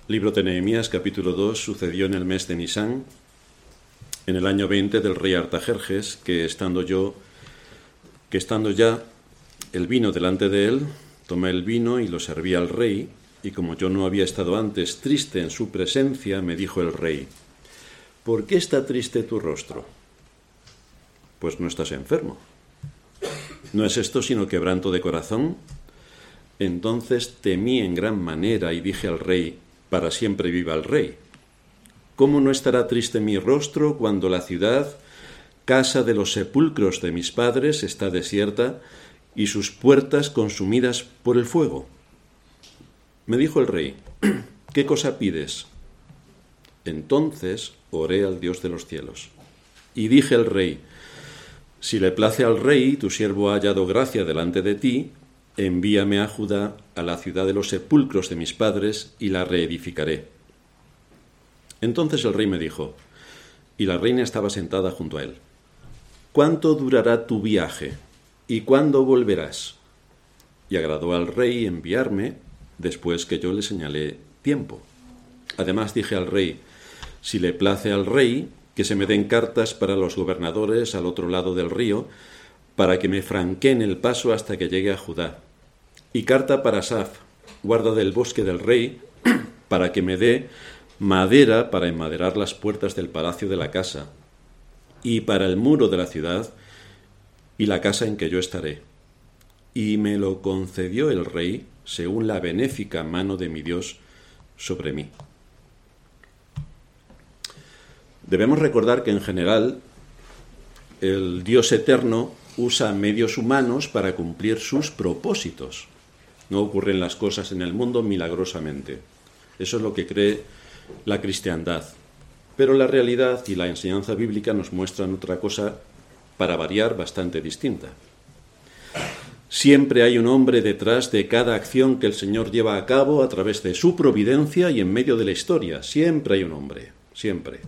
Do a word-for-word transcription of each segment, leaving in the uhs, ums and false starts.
Libro de Nehemías, capítulo dos, sucedió en el mes de Nisán, en el año veinte del rey Artajerjes, que estando yo, que estando ya el vino delante de él, tomé el vino y lo serví al rey, y como yo no había estado antes triste en su presencia, me dijo el rey: ¿por qué está triste tu rostro? Pues no estás enfermo. ¿No es esto sino quebranto de corazón? Entonces temí en gran manera y dije al rey: para siempre viva el rey. ¿Cómo no estará triste mi rostro cuando la ciudad, casa de los sepulcros de mis padres, está desierta y sus puertas consumidas por el fuego? Me dijo el rey: ¿qué cosa pides? Entonces oré al Dios de los cielos y dije al rey: si le place al rey, tu siervo ha hallado gracia delante de ti, envíame a Judá, a la ciudad de los sepulcros de mis padres, y la reedificaré. Entonces el rey me dijo, y la reina estaba sentada junto a él: ¿cuánto durará tu viaje? ¿Y cuándo volverás? Y agradó al rey enviarme, después que yo le señalé tiempo. Además dije al rey: si le place al rey, que se me den cartas para los gobernadores al otro lado del río, para que me franqueen el paso hasta que llegue a Judá. Y carta para Asaf, guarda del bosque del rey, para que me dé madera para enmaderar las puertas del palacio de la casa, y para el muro de la ciudad, y la casa en que yo estaré. Y me lo concedió el rey, según la benéfica mano de mi Dios sobre mí. Debemos recordar que en general el Dios eterno usa medios humanos para cumplir sus propósitos. No ocurren las cosas en el mundo milagrosamente. Eso es lo que cree la cristiandad. Pero la realidad y la enseñanza bíblica nos muestran otra cosa, para variar, bastante distinta. Siempre hay un hombre detrás de cada acción que el Señor lleva a cabo a través de su providencia y en medio de la historia. Siempre hay un hombre, siempre.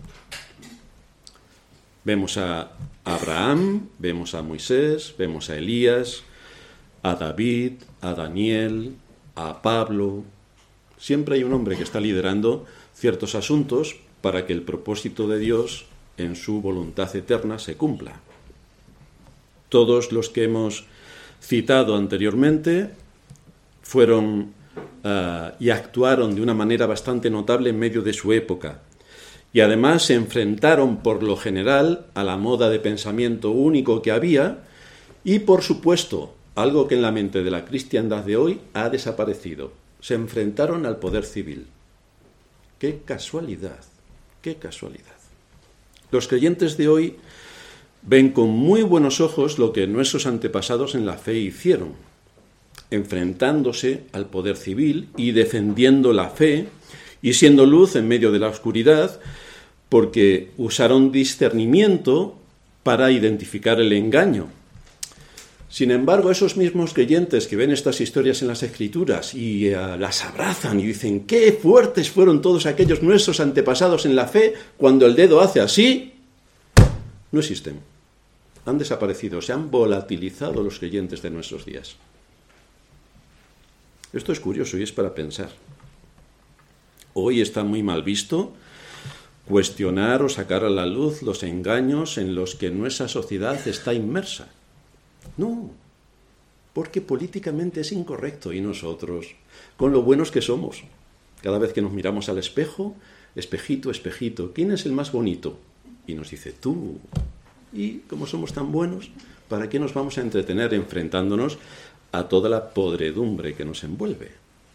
Vemos a Abraham, vemos a Moisés, vemos a Elías, a David, a Daniel, a Pablo. Siempre hay un hombre que está liderando ciertos asuntos para que el propósito de Dios en su voluntad eterna se cumpla. Todos los que hemos citado anteriormente fueron uh, y actuaron de una manera bastante notable en medio de su época. Y además se enfrentaron por lo general a la moda de pensamiento único que había y, por supuesto, algo que en la mente de la cristiandad de hoy ha desaparecido. Se enfrentaron al poder civil. ¡Qué casualidad! ¡Qué casualidad! Los creyentes de hoy ven con muy buenos ojos lo que nuestros antepasados en la fe hicieron, enfrentándose al poder civil y defendiendo la fe y siendo luz en medio de la oscuridad, porque usaron discernimiento para identificar el engaño. Sin embargo, esos mismos creyentes que ven estas historias en las Escrituras y uh, las abrazan y dicen: ¡qué fuertes fueron todos aquellos nuestros antepasados en la fe! Cuando el dedo hace así, no existen. Han desaparecido, se han volatilizado los creyentes de nuestros días. Esto es curioso y es para pensar. Hoy está muy mal visto cuestionar o sacar a la luz los engaños en los que nuestra sociedad está inmersa. No, porque políticamente es incorrecto y nosotros, con lo buenos que somos, cada vez que nos miramos al espejo, espejito, espejito, ¿quién es el más bonito? Y nos dice: tú. Y como somos tan buenos, ¿para qué nos vamos a entretener enfrentándonos a toda la podredumbre que nos envuelve?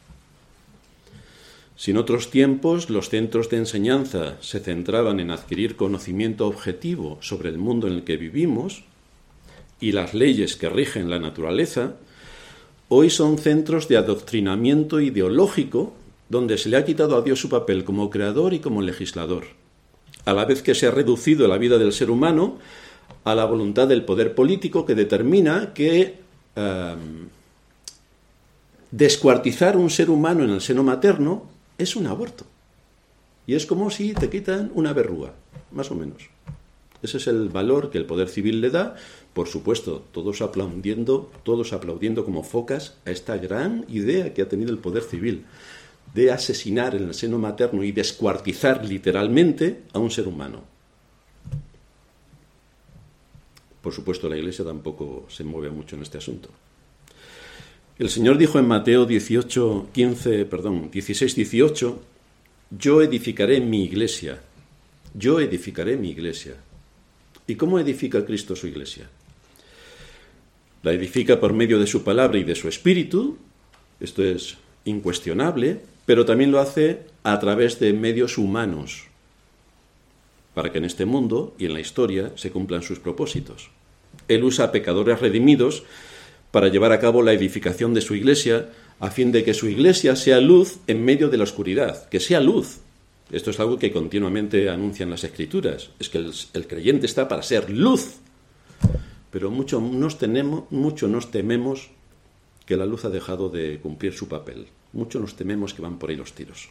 Si en otros tiempos los centros de enseñanza se centraban en adquirir conocimiento objetivo sobre el mundo en el que vivimos y las leyes que rigen la naturaleza, hoy son centros de adoctrinamiento ideológico donde se le ha quitado a Dios su papel como creador y como legislador, a la vez que se ha reducido la vida del ser humano a la voluntad del poder político que determina que um, descuartizar un ser humano en el seno materno es un aborto. Y es como si te quitan una verruga, más o menos. Ese es el valor que el poder civil le da. Por supuesto, todos aplaudiendo, todos aplaudiendo como focas a esta gran idea que ha tenido el poder civil. de asesinar en el seno materno y descuartizar literalmente a un ser humano. Por supuesto, la Iglesia tampoco se mueve mucho en este asunto. El Señor dijo en Mateo dieciocho, quince, perdón, dieciséis, dieciocho, yo edificaré mi iglesia, yo edificaré mi iglesia. ¿Y cómo edifica Cristo su iglesia? La edifica por medio de su palabra y de su espíritu, esto es incuestionable, pero también lo hace a través de medios humanos, para que en este mundo y en la historia se cumplan sus propósitos. Él usa a pecadores redimidos para llevar a cabo la edificación de su iglesia, a fin de que su iglesia sea luz en medio de la oscuridad, que sea luz. Esto es algo que continuamente anuncian las Escrituras, es que el, el creyente está para ser luz. Pero mucho nos, tenemos, mucho nos tememos que la luz ha dejado de cumplir su papel. Mucho nos tememos que van por ahí los tiros.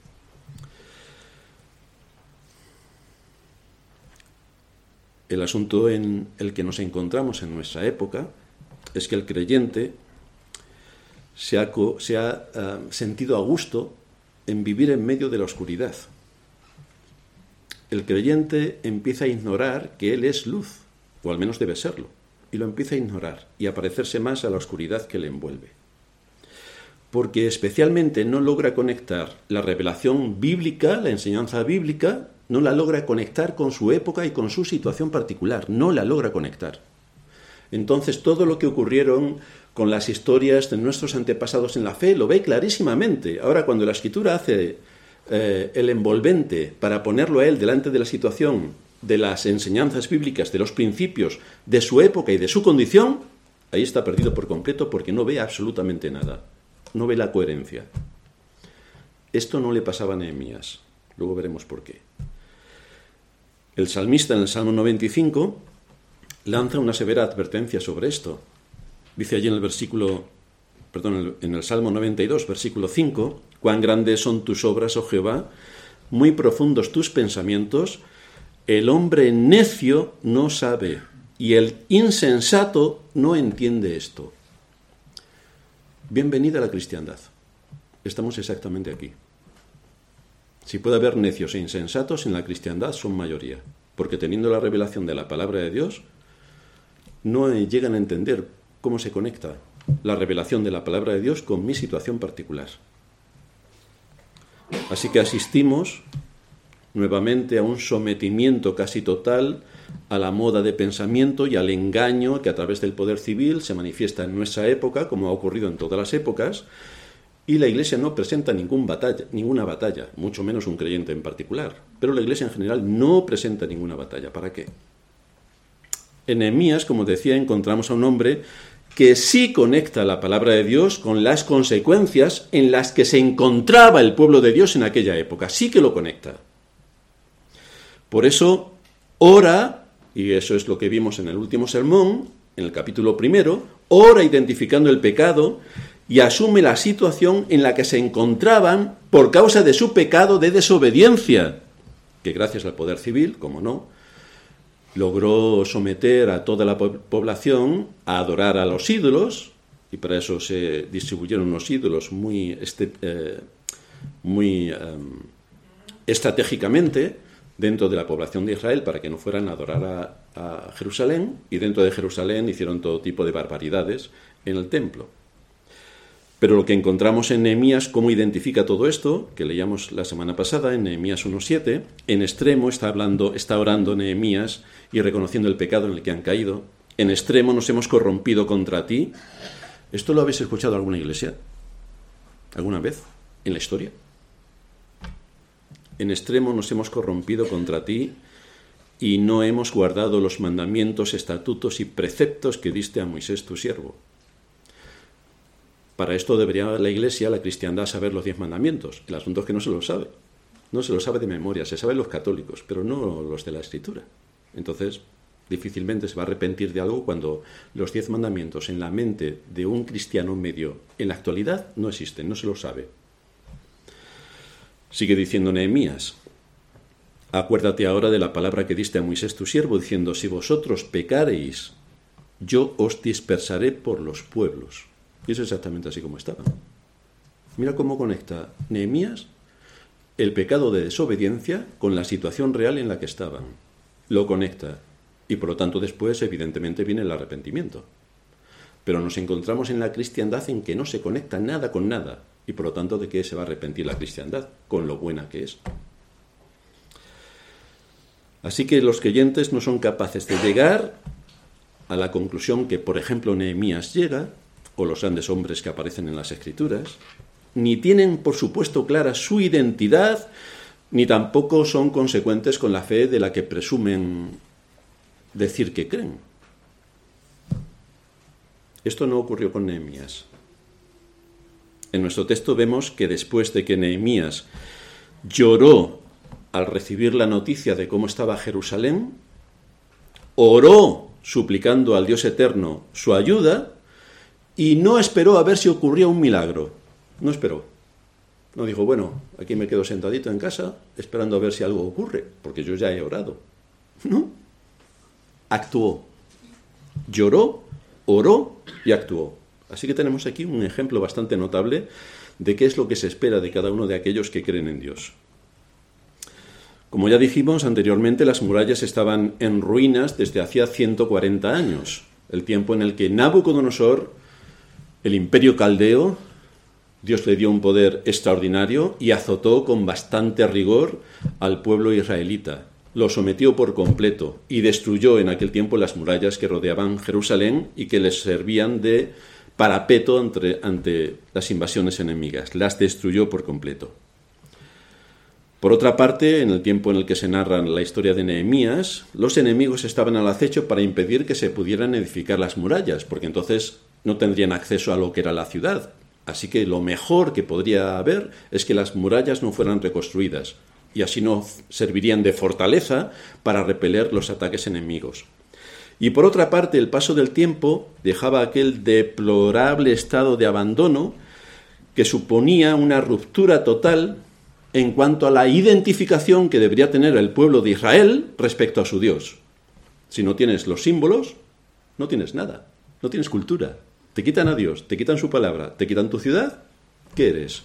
El asunto en el que nos encontramos en nuestra época es que el creyente se ha, se ha uh, sentido a gusto en vivir en medio de la oscuridad. El creyente empieza a ignorar que él es luz, o al menos debe serlo, y lo empieza a ignorar y a parecerse más a la oscuridad que le envuelve. Porque especialmente no logra conectar la revelación bíblica, la enseñanza bíblica, no la logra conectar con su época y con su situación particular, no la logra conectar. Entonces todo lo que ocurrieron con las historias de nuestros antepasados en la fe lo ve clarísimamente. Ahora, cuando la Escritura hace eh, el envolvente para ponerlo a él delante de la situación de las enseñanzas bíblicas, de los principios, de su época y de su condición, ahí está perdido por completo porque no ve absolutamente nada, no ve la coherencia. Esto no le pasaba a Nehemías, luego veremos por qué. El salmista en el Salmo noventa y cinco lanza una severa advertencia sobre esto. Dice allí en el versículo, perdón, en el Salmo noventa y dos, versículo cinco, cuán grandes son tus obras, oh Jehová, muy profundos tus pensamientos, el hombre necio no sabe y el insensato no entiende esto. Bienvenida a la cristiandad. Estamos exactamente aquí. Si puede haber necios e insensatos en la cristiandad, son mayoría, porque teniendo la revelación de la palabra de Dios, no llegan a entender cómo se conecta la revelación de la palabra de Dios con mi situación particular. Así que asistimos nuevamente a un sometimiento casi total a la moda de pensamiento y al engaño que a través del poder civil se manifiesta en nuestra época, como ha ocurrido en todas las épocas, y la Iglesia no presenta ningún batalla, ninguna batalla, mucho menos un creyente en particular. Pero la Iglesia en general no presenta ninguna batalla. ¿Para qué? En Nehemías, como decía, encontramos a un hombre que sí conecta la palabra de Dios con las consecuencias en las que se encontraba el pueblo de Dios en aquella época. Sí que lo conecta. Por eso ora, y eso es lo que vimos en el último sermón, en el capítulo primero, ora identificando el pecado y asume la situación en la que se encontraban por causa de su pecado de desobediencia, que gracias al poder civil, como no, logró someter a toda la población a adorar a los ídolos, y para eso se distribuyeron unos ídolos muy, este, eh, muy eh, estratégicamente dentro de la población de Israel para que no fueran a adorar a, a Jerusalén, y dentro de Jerusalén hicieron todo tipo de barbaridades en el templo. Pero lo que encontramos en Nehemías, cómo identifica todo esto, que leíamos la semana pasada en Nehemías uno siete, en extremo está hablando, está orando Nehemías y reconociendo el pecado en el que han caído. En extremo nos hemos corrompido contra ti. ¿Esto lo habéis escuchado en alguna iglesia? ¿Alguna vez? ¿En la historia? En extremo nos hemos corrompido contra ti y no hemos guardado los mandamientos, estatutos y preceptos que diste a Moisés tu siervo. Para esto debería la Iglesia, la cristiandad, saber los diez mandamientos. El asunto es que no se los sabe. No se los sabe de memoria, se saben los católicos, pero no los de la Escritura. Entonces, difícilmente se va a arrepentir de algo cuando los diez mandamientos en la mente de un cristiano medio en la actualidad no existen, no se los sabe. Sigue diciendo Nehemías, acuérdate ahora de la palabra que diste a Moisés tu siervo, diciendo, si vosotros pecareis, yo os dispersaré por los pueblos. Y eso es exactamente así como estaba. Mira cómo conecta Nehemías el pecado de desobediencia con la situación real en la que estaban. Lo conecta. Y por lo tanto después, evidentemente, viene el arrepentimiento. Pero nos encontramos en la cristiandad en que no se conecta nada con nada. Y por lo tanto, ¿de qué se va a arrepentir la cristiandad? Con lo buena que es. Así que los creyentes no son capaces de llegar a la conclusión que, por ejemplo, Nehemías llega, o los grandes hombres que aparecen en las Escrituras, ni tienen, por supuesto, clara su identidad, ni tampoco son consecuentes con la fe de la que presumen decir que creen. Esto no ocurrió con Nehemías. En nuestro texto vemos que después de que Nehemías lloró al recibir la noticia de cómo estaba Jerusalén, oró suplicando al Dios eterno su ayuda y no esperó a ver si ocurría un milagro. No esperó. No dijo, bueno, aquí me quedo sentadito en casa esperando a ver si algo ocurre, porque yo ya he orado. No. Actuó. Lloró, oró y actuó. Así que tenemos aquí un ejemplo bastante notable de qué es lo que se espera de cada uno de aquellos que creen en Dios. Como ya dijimos anteriormente, las murallas estaban en ruinas desde hacía ciento cuarenta años, el tiempo en el que Nabucodonosor, el imperio caldeo, Dios le dio un poder extraordinario y azotó con bastante rigor al pueblo israelita. Lo sometió por completo y destruyó en aquel tiempo las murallas que rodeaban Jerusalén y que les servían de parapeto ante, ante las invasiones enemigas. Las destruyó por completo. Por otra parte, en el tiempo en el que se narra la historia de Nehemías, los enemigos estaban al acecho para impedir que se pudieran edificar las murallas, porque entonces no tendrían acceso a lo que era la ciudad. Así que lo mejor que podría haber es que las murallas no fueran reconstruidas, y así no servirían de fortaleza para repeler los ataques enemigos. Y por otra parte, el paso del tiempo dejaba aquel deplorable estado de abandono que suponía una ruptura total en cuanto a la identificación que debería tener el pueblo de Israel respecto a su Dios. Si no tienes los símbolos, no tienes nada, no tienes cultura. Te quitan a Dios, te quitan su palabra, te quitan tu ciudad, ¿qué eres?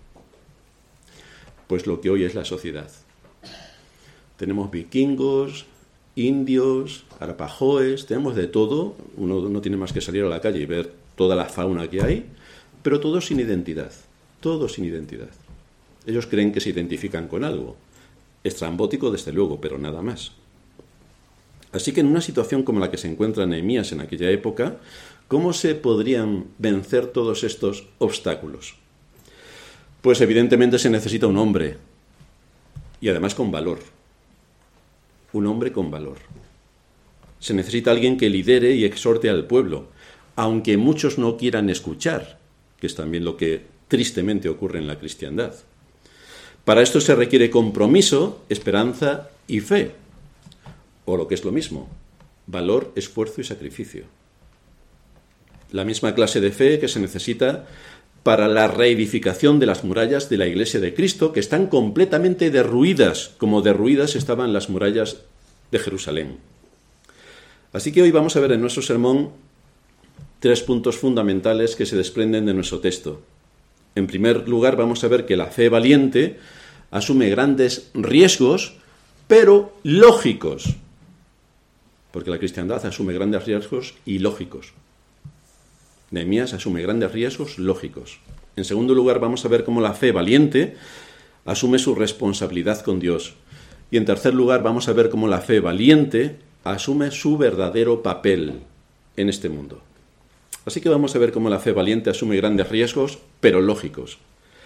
Pues lo que hoy es la sociedad. Tenemos vikingos, indios, arapahoes, tenemos de todo. Uno no tiene más que salir a la calle y ver toda la fauna que hay, pero todos sin identidad, todos sin identidad. Ellos creen que se identifican con algo. Estrambótico, desde luego, pero nada más. Así que en una situación como la que se encuentra Nehemías en aquella época, ¿cómo se podrían vencer todos estos obstáculos? Pues evidentemente se necesita un hombre, y además con valor. Un hombre con valor. Se necesita alguien que lidere y exhorte al pueblo, aunque muchos no quieran escuchar, que es también lo que tristemente ocurre en la cristiandad. Para esto se requiere compromiso, esperanza y fe, o lo que es lo mismo, valor, esfuerzo y sacrificio. La misma clase de fe que se necesita para la reedificación de las murallas de la Iglesia de Cristo, que están completamente derruidas, como derruidas estaban las murallas de Jerusalén. Así que hoy vamos a ver en nuestro sermón tres puntos fundamentales que se desprenden de nuestro texto. En primer lugar, vamos a ver que la fe valiente asume grandes riesgos, pero lógicos, porque la cristiandad asume grandes riesgos ilógicos. Nehemías asume grandes riesgos lógicos. En segundo lugar, vamos a ver cómo la fe valiente asume su responsabilidad con Dios. Y en tercer lugar, vamos a ver cómo la fe valiente asume su verdadero papel en este mundo. Así que vamos a ver cómo la fe valiente asume grandes riesgos, pero lógicos.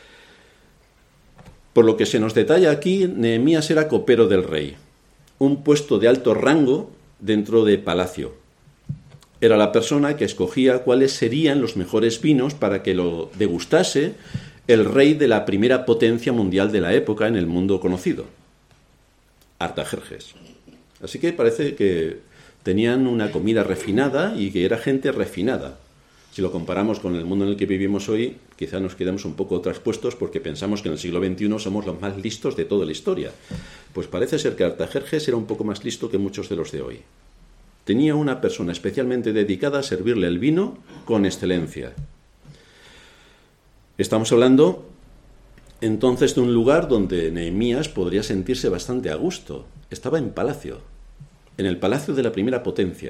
Por lo que se nos detalla aquí, Nehemías era copero del rey, un puesto de alto rango dentro de palacio. Era la persona que escogía cuáles serían los mejores vinos para que lo degustase el rey de la primera potencia mundial de la época en el mundo conocido, Artajerjes. Así que parece que tenían una comida refinada y que era gente refinada. Si lo comparamos con el mundo en el que vivimos hoy, quizá nos quedemos un poco traspuestos porque pensamos que en el siglo veintiuno somos los más listos de toda la historia. Pues parece ser que Artajerjes era un poco más listo que muchos de los de hoy. Tenía una persona especialmente dedicada a servirle el vino con excelencia. Estamos hablando entonces de un lugar donde Nehemías podría sentirse bastante a gusto. Estaba en palacio, en el palacio de la primera potencia.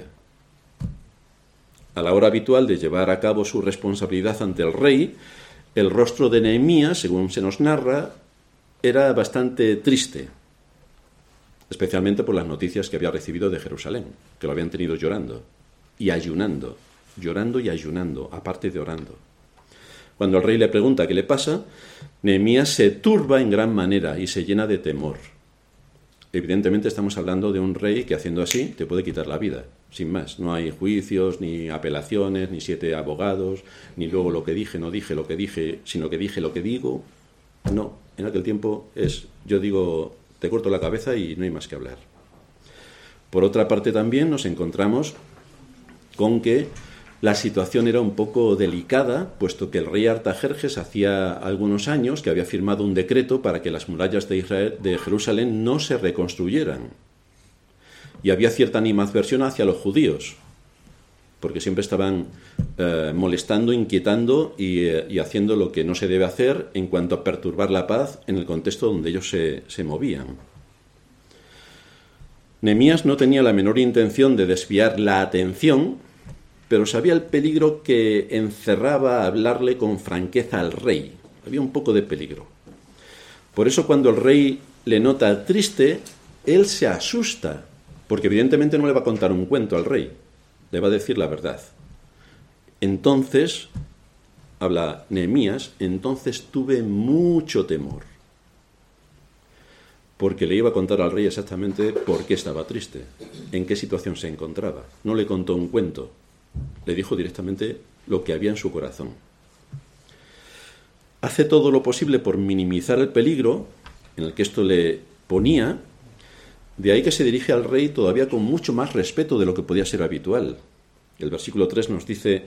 A la hora habitual de llevar a cabo su responsabilidad ante el rey, el rostro de Nehemías, según se nos narra, era bastante triste, especialmente por las noticias que había recibido de Jerusalén, que lo habían tenido llorando y ayunando, llorando y ayunando, aparte de orando. Cuando el rey le pregunta qué le pasa, Nehemías se turba en gran manera y se llena de temor. Evidentemente estamos hablando de un rey que haciendo así te puede quitar la vida, sin más. No hay juicios, ni apelaciones, ni siete abogados, ni luego lo que dije, no dije lo que dije, sino que dije lo que digo. No, en aquel tiempo es, yo digo, te corto la cabeza y no hay más que hablar. Por otra parte también nos encontramos con que la situación era un poco delicada, puesto que el rey Artajerjes hacía algunos años que había firmado un decreto para que las murallas de, Israel, de Jerusalén no se reconstruyeran. Y había cierta animadversión hacia los judíos, porque siempre estaban eh, molestando, inquietando y, eh, y haciendo lo que no se debe hacer en cuanto a perturbar la paz en el contexto donde ellos se, se movían. Nehemías no tenía la menor intención de desviar la atención, pero sabía el peligro que encerraba hablarle con franqueza al rey. Había un poco de peligro. Por eso cuando el rey le nota triste, él se asusta, porque evidentemente no le va a contar un cuento al rey, le va a decir la verdad. Entonces, habla Nehemías, entonces tuve mucho temor, porque le iba a contar al rey exactamente por qué estaba triste, en qué situación se encontraba. No le contó un cuento, le dijo directamente lo que había en su corazón. Hace todo lo posible por minimizar el peligro en el que esto le ponía, de ahí que se dirige al rey todavía con mucho más respeto de lo que podía ser habitual. El versículo tres nos dice,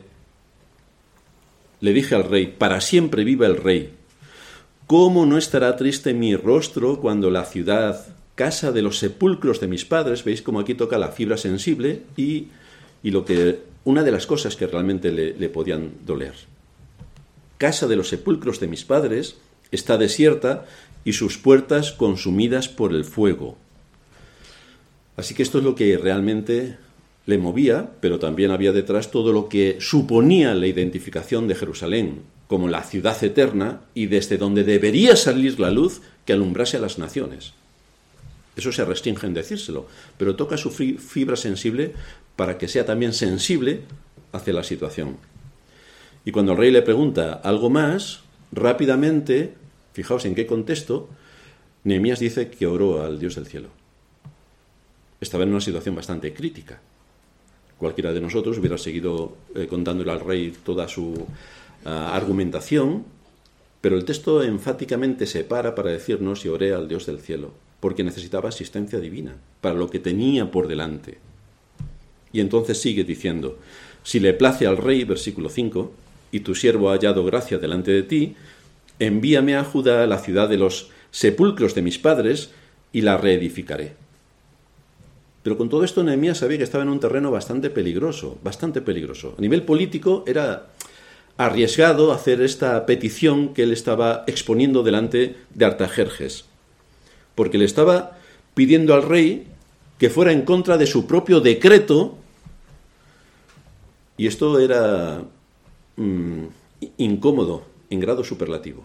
le dije al rey, para siempre viva el rey. ¿Cómo no estará triste mi rostro cuando la ciudad, casa de los sepulcros de mis padres, veis cómo aquí toca la fibra sensible y, y lo que una de las cosas que realmente le, le podían doler. Casa de los sepulcros de mis padres está desierta y sus puertas consumidas por el fuego. Así que esto es lo que realmente le movía, pero también había detrás todo lo que suponía la identificación de Jerusalén como la ciudad eterna y desde donde debería salir la luz que alumbrase a las naciones. Eso se restringe en decírselo, pero toca su fibra sensible para que sea también sensible hacia la situación. Y cuando el rey le pregunta algo más, rápidamente, fijaos en qué contexto, Nehemías dice que oró al Dios del cielo. Estaba en una situación bastante crítica. Cualquiera de nosotros hubiera seguido eh, contándole al rey toda su uh, argumentación, pero el texto enfáticamente se para para decirnos y oré al Dios del cielo, porque necesitaba asistencia divina para lo que tenía por delante. Y entonces sigue diciendo, si le place al rey, versículo cinco, y tu siervo ha hallado gracia delante de ti, envíame a Judá, la ciudad de los sepulcros de mis padres, y la reedificaré. Pero con todo esto Nehemías sabía que estaba en un terreno bastante peligroso, bastante peligroso. A nivel político era arriesgado hacer esta petición que él estaba exponiendo delante de Artajerjes, porque le estaba pidiendo al rey que fuera en contra de su propio decreto, y esto era mmm, incómodo en grado superlativo.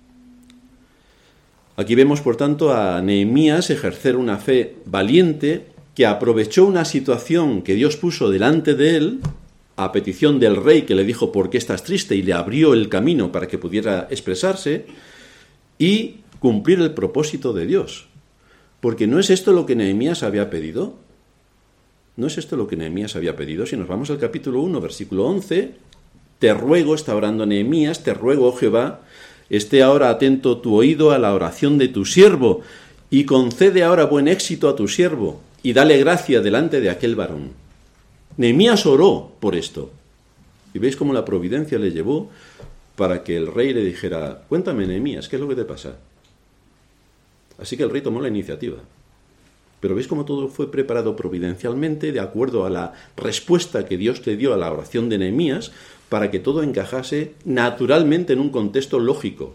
Aquí vemos, por tanto, a Nehemías ejercer una fe valiente que aprovechó una situación que Dios puso delante de él, a petición del rey que le dijo ¿por qué estás triste? Y le abrió el camino para que pudiera expresarse y cumplir el propósito de Dios. Porque ¿no es esto lo que Nehemías había pedido? ¿No es esto lo que Nehemías había pedido? Si nos vamos al capítulo uno, versículo once, te ruego, está orando Nehemías, te ruego, oh Jehová, esté ahora atento tu oído a la oración de tu siervo y concede ahora buen éxito a tu siervo y dale gracia delante de aquel varón. Nehemías oró por esto. Y veis cómo la providencia le llevó para que el rey le dijera, cuéntame, Nehemías, ¿qué es lo que te pasa? Así que el rey tomó la iniciativa. Pero ¿veis cómo todo fue preparado providencialmente de acuerdo a la respuesta que Dios le dio a la oración de Nehemías para que todo encajase naturalmente en un contexto lógico?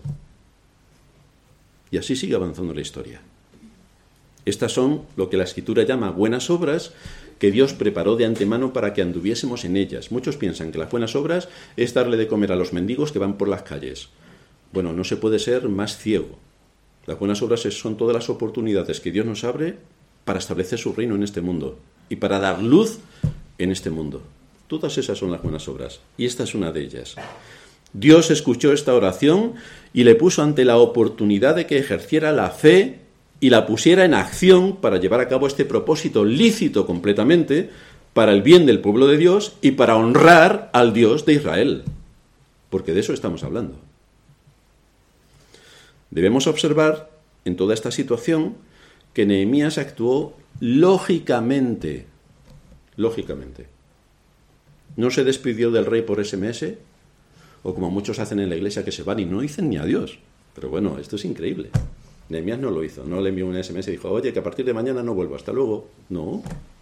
Y así sigue avanzando la historia. Estas son lo que la Escritura llama buenas obras que Dios preparó de antemano para que anduviésemos en ellas. Muchos piensan que las buenas obras es darle de comer a los mendigos que van por las calles. Bueno, no se puede ser más ciego. Las buenas obras son todas las oportunidades que Dios nos abre para establecer su reino en este mundo y para dar luz en este mundo. Todas esas son las buenas obras, y esta es una de ellas. Dios escuchó esta oración y le puso ante la oportunidad de que ejerciera la fe y la pusiera en acción para llevar a cabo este propósito lícito completamente para el bien del pueblo de Dios y para honrar al Dios de Israel, porque de eso estamos hablando. Debemos observar en toda esta situación que Nehemías actuó lógicamente, lógicamente. No se despidió del rey por ese mes, o como muchos hacen en la iglesia que se van y no dicen ni adiós. Pero bueno, esto es increíble. Nehemías no lo hizo, no le envió un ese eme ese y dijo, oye, que a partir de mañana no vuelvo, hasta luego. No.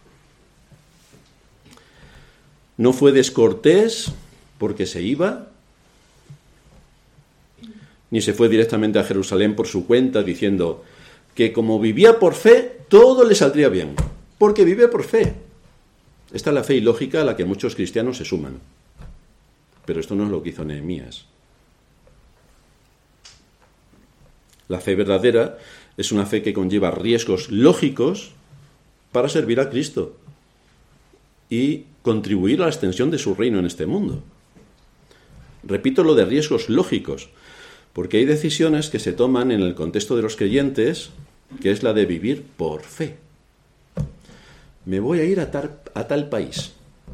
No fue descortés porque se iba, ni se fue directamente a Jerusalén por su cuenta diciendo que como vivía por fe, todo le saldría bien, porque vive por fe. Esta es la fe ilógica a la que muchos cristianos se suman. Pero esto no es lo que hizo Nehemías. La fe verdadera es una fe que conlleva riesgos lógicos para servir a Cristo y contribuir a la extensión de su reino en este mundo. Repito lo de riesgos lógicos, porque hay decisiones que se toman en el contexto de los creyentes, que es la de vivir por fe. Me voy a ir a tal, a tal país.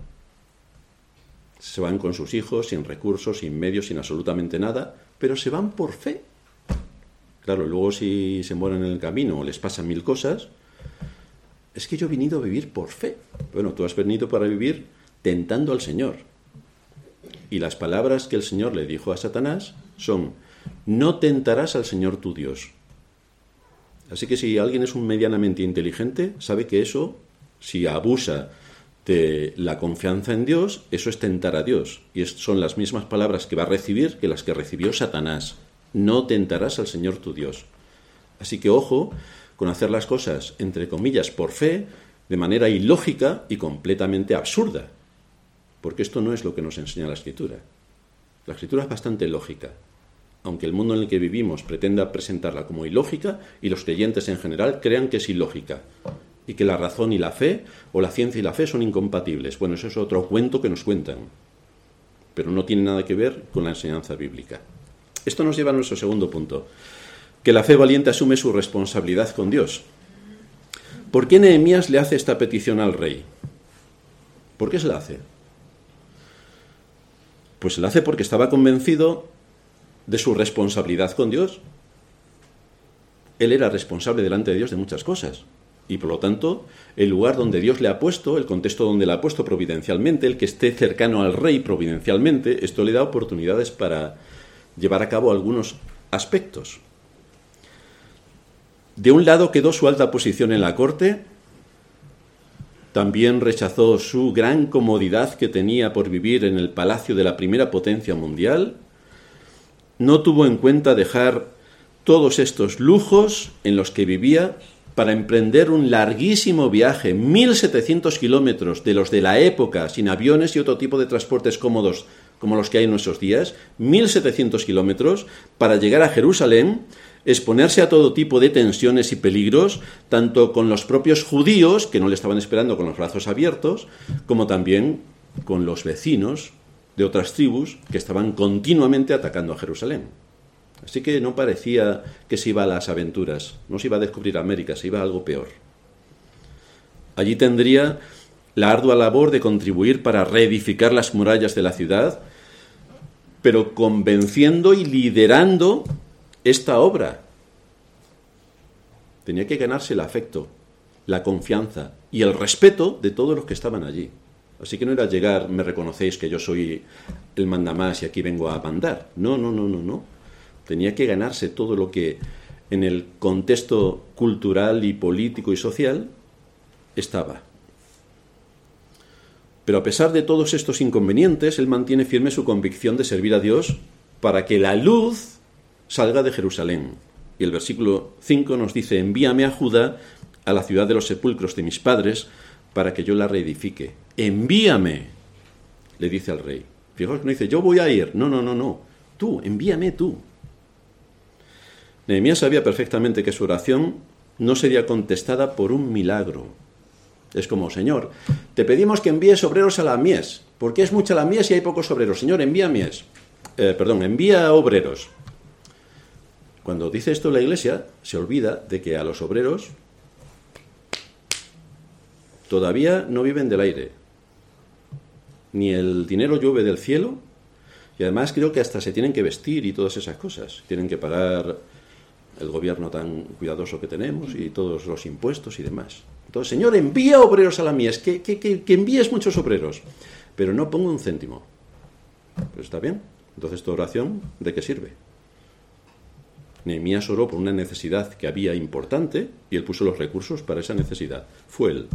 Se van con sus hijos, sin recursos, sin medios, sin absolutamente nada, pero se van por fe. Claro, luego si se mueren en el camino o les pasan mil cosas, es que yo he venido a vivir por fe. Bueno, tú has venido para vivir tentando al Señor. Y las palabras que el Señor le dijo a Satanás son, no tentarás al Señor tu Dios. Así que si alguien es un medianamente inteligente, sabe que eso, si abusa de la confianza en Dios, eso es tentar a Dios. Y son las mismas palabras que va a recibir que las que recibió Satanás. No tentarás al Señor tu Dios. Así que ojo con hacer las cosas, entre comillas, por fe, de manera ilógica y completamente absurda. Porque esto no es lo que nos enseña la Escritura. La Escritura es bastante lógica, aunque el mundo en el que vivimos pretenda presentarla como ilógica y los creyentes en general crean que es ilógica y que la razón y la fe, o la ciencia y la fe, son incompatibles. Bueno, eso es otro cuento que nos cuentan, pero no tiene nada que ver con la enseñanza bíblica. Esto nos lleva a nuestro segundo punto, que la fe valiente asume su responsabilidad con Dios. ¿Por qué Nehemías le hace esta petición al rey? ¿Por qué se la hace? Pues se la hace porque estaba convencido de su responsabilidad con Dios. Él era responsable delante de Dios de muchas cosas. Y por lo tanto, el lugar donde Dios le ha puesto, el contexto donde le ha puesto providencialmente, el que esté cercano al rey providencialmente, esto le da oportunidades para llevar a cabo algunos aspectos. De un lado quedó su alta posición en la corte, también rechazó su gran comodidad que tenía por vivir en el palacio de la primera potencia mundial, no tuvo en cuenta dejar todos estos lujos en los que vivía para emprender un larguísimo viaje, mil setecientos kilómetros de los de la época, sin aviones y otro tipo de transportes cómodos como los que hay en nuestros días, mil setecientos kilómetros para llegar a Jerusalén, exponerse a todo tipo de tensiones y peligros, tanto con los propios judíos, que no le estaban esperando con los brazos abiertos, como también con los vecinos de otras tribus que estaban continuamente atacando a Jerusalén. Así que no parecía que se iba a las aventuras, no se iba a descubrir América, se iba a algo peor. Allí tendría la ardua labor de contribuir para reedificar las murallas de la ciudad, pero convenciendo y liderando esta obra. Tenía que ganarse el afecto, la confianza y el respeto de todos los que estaban allí. Así que no era llegar, me reconocéis que yo soy el mandamás y aquí vengo a mandar. No, no, no, no, no. Tenía que ganarse todo lo que en el contexto cultural y político y social estaba. Pero a pesar de todos estos inconvenientes, él mantiene firme su convicción de servir a Dios para que la luz salga de Jerusalén. Y el versículo cinco nos dice: envíame a Judá, a la ciudad de los sepulcros de mis padres, para que yo la reedifique. Envíame, le dice al rey. Fijaos que no dice, yo voy a ir. No, no, no, no. Tú, envíame tú. Nehemías sabía perfectamente que su oración no sería contestada por un milagro. Es como, Señor, te pedimos que envíes obreros a la mies, porque es mucha la mies y hay pocos obreros. Señor, envía mies. Eh, perdón, envía obreros. Cuando dice esto la Iglesia, se olvida de que a los obreros todavía no viven del aire. Ni el dinero llueve del cielo, y además creo que hasta se tienen que vestir y todas esas cosas. Tienen que pagar el gobierno tan cuidadoso que tenemos y todos los impuestos y demás. Entonces, Señor, envía obreros a la mies, que, que, que, que envíes muchos obreros, pero no pongo un céntimo. Pues está bien. Entonces, tu oración, ¿de qué sirve? Nehemías oró por una necesidad que había importante y él puso los recursos para esa necesidad. Fue él.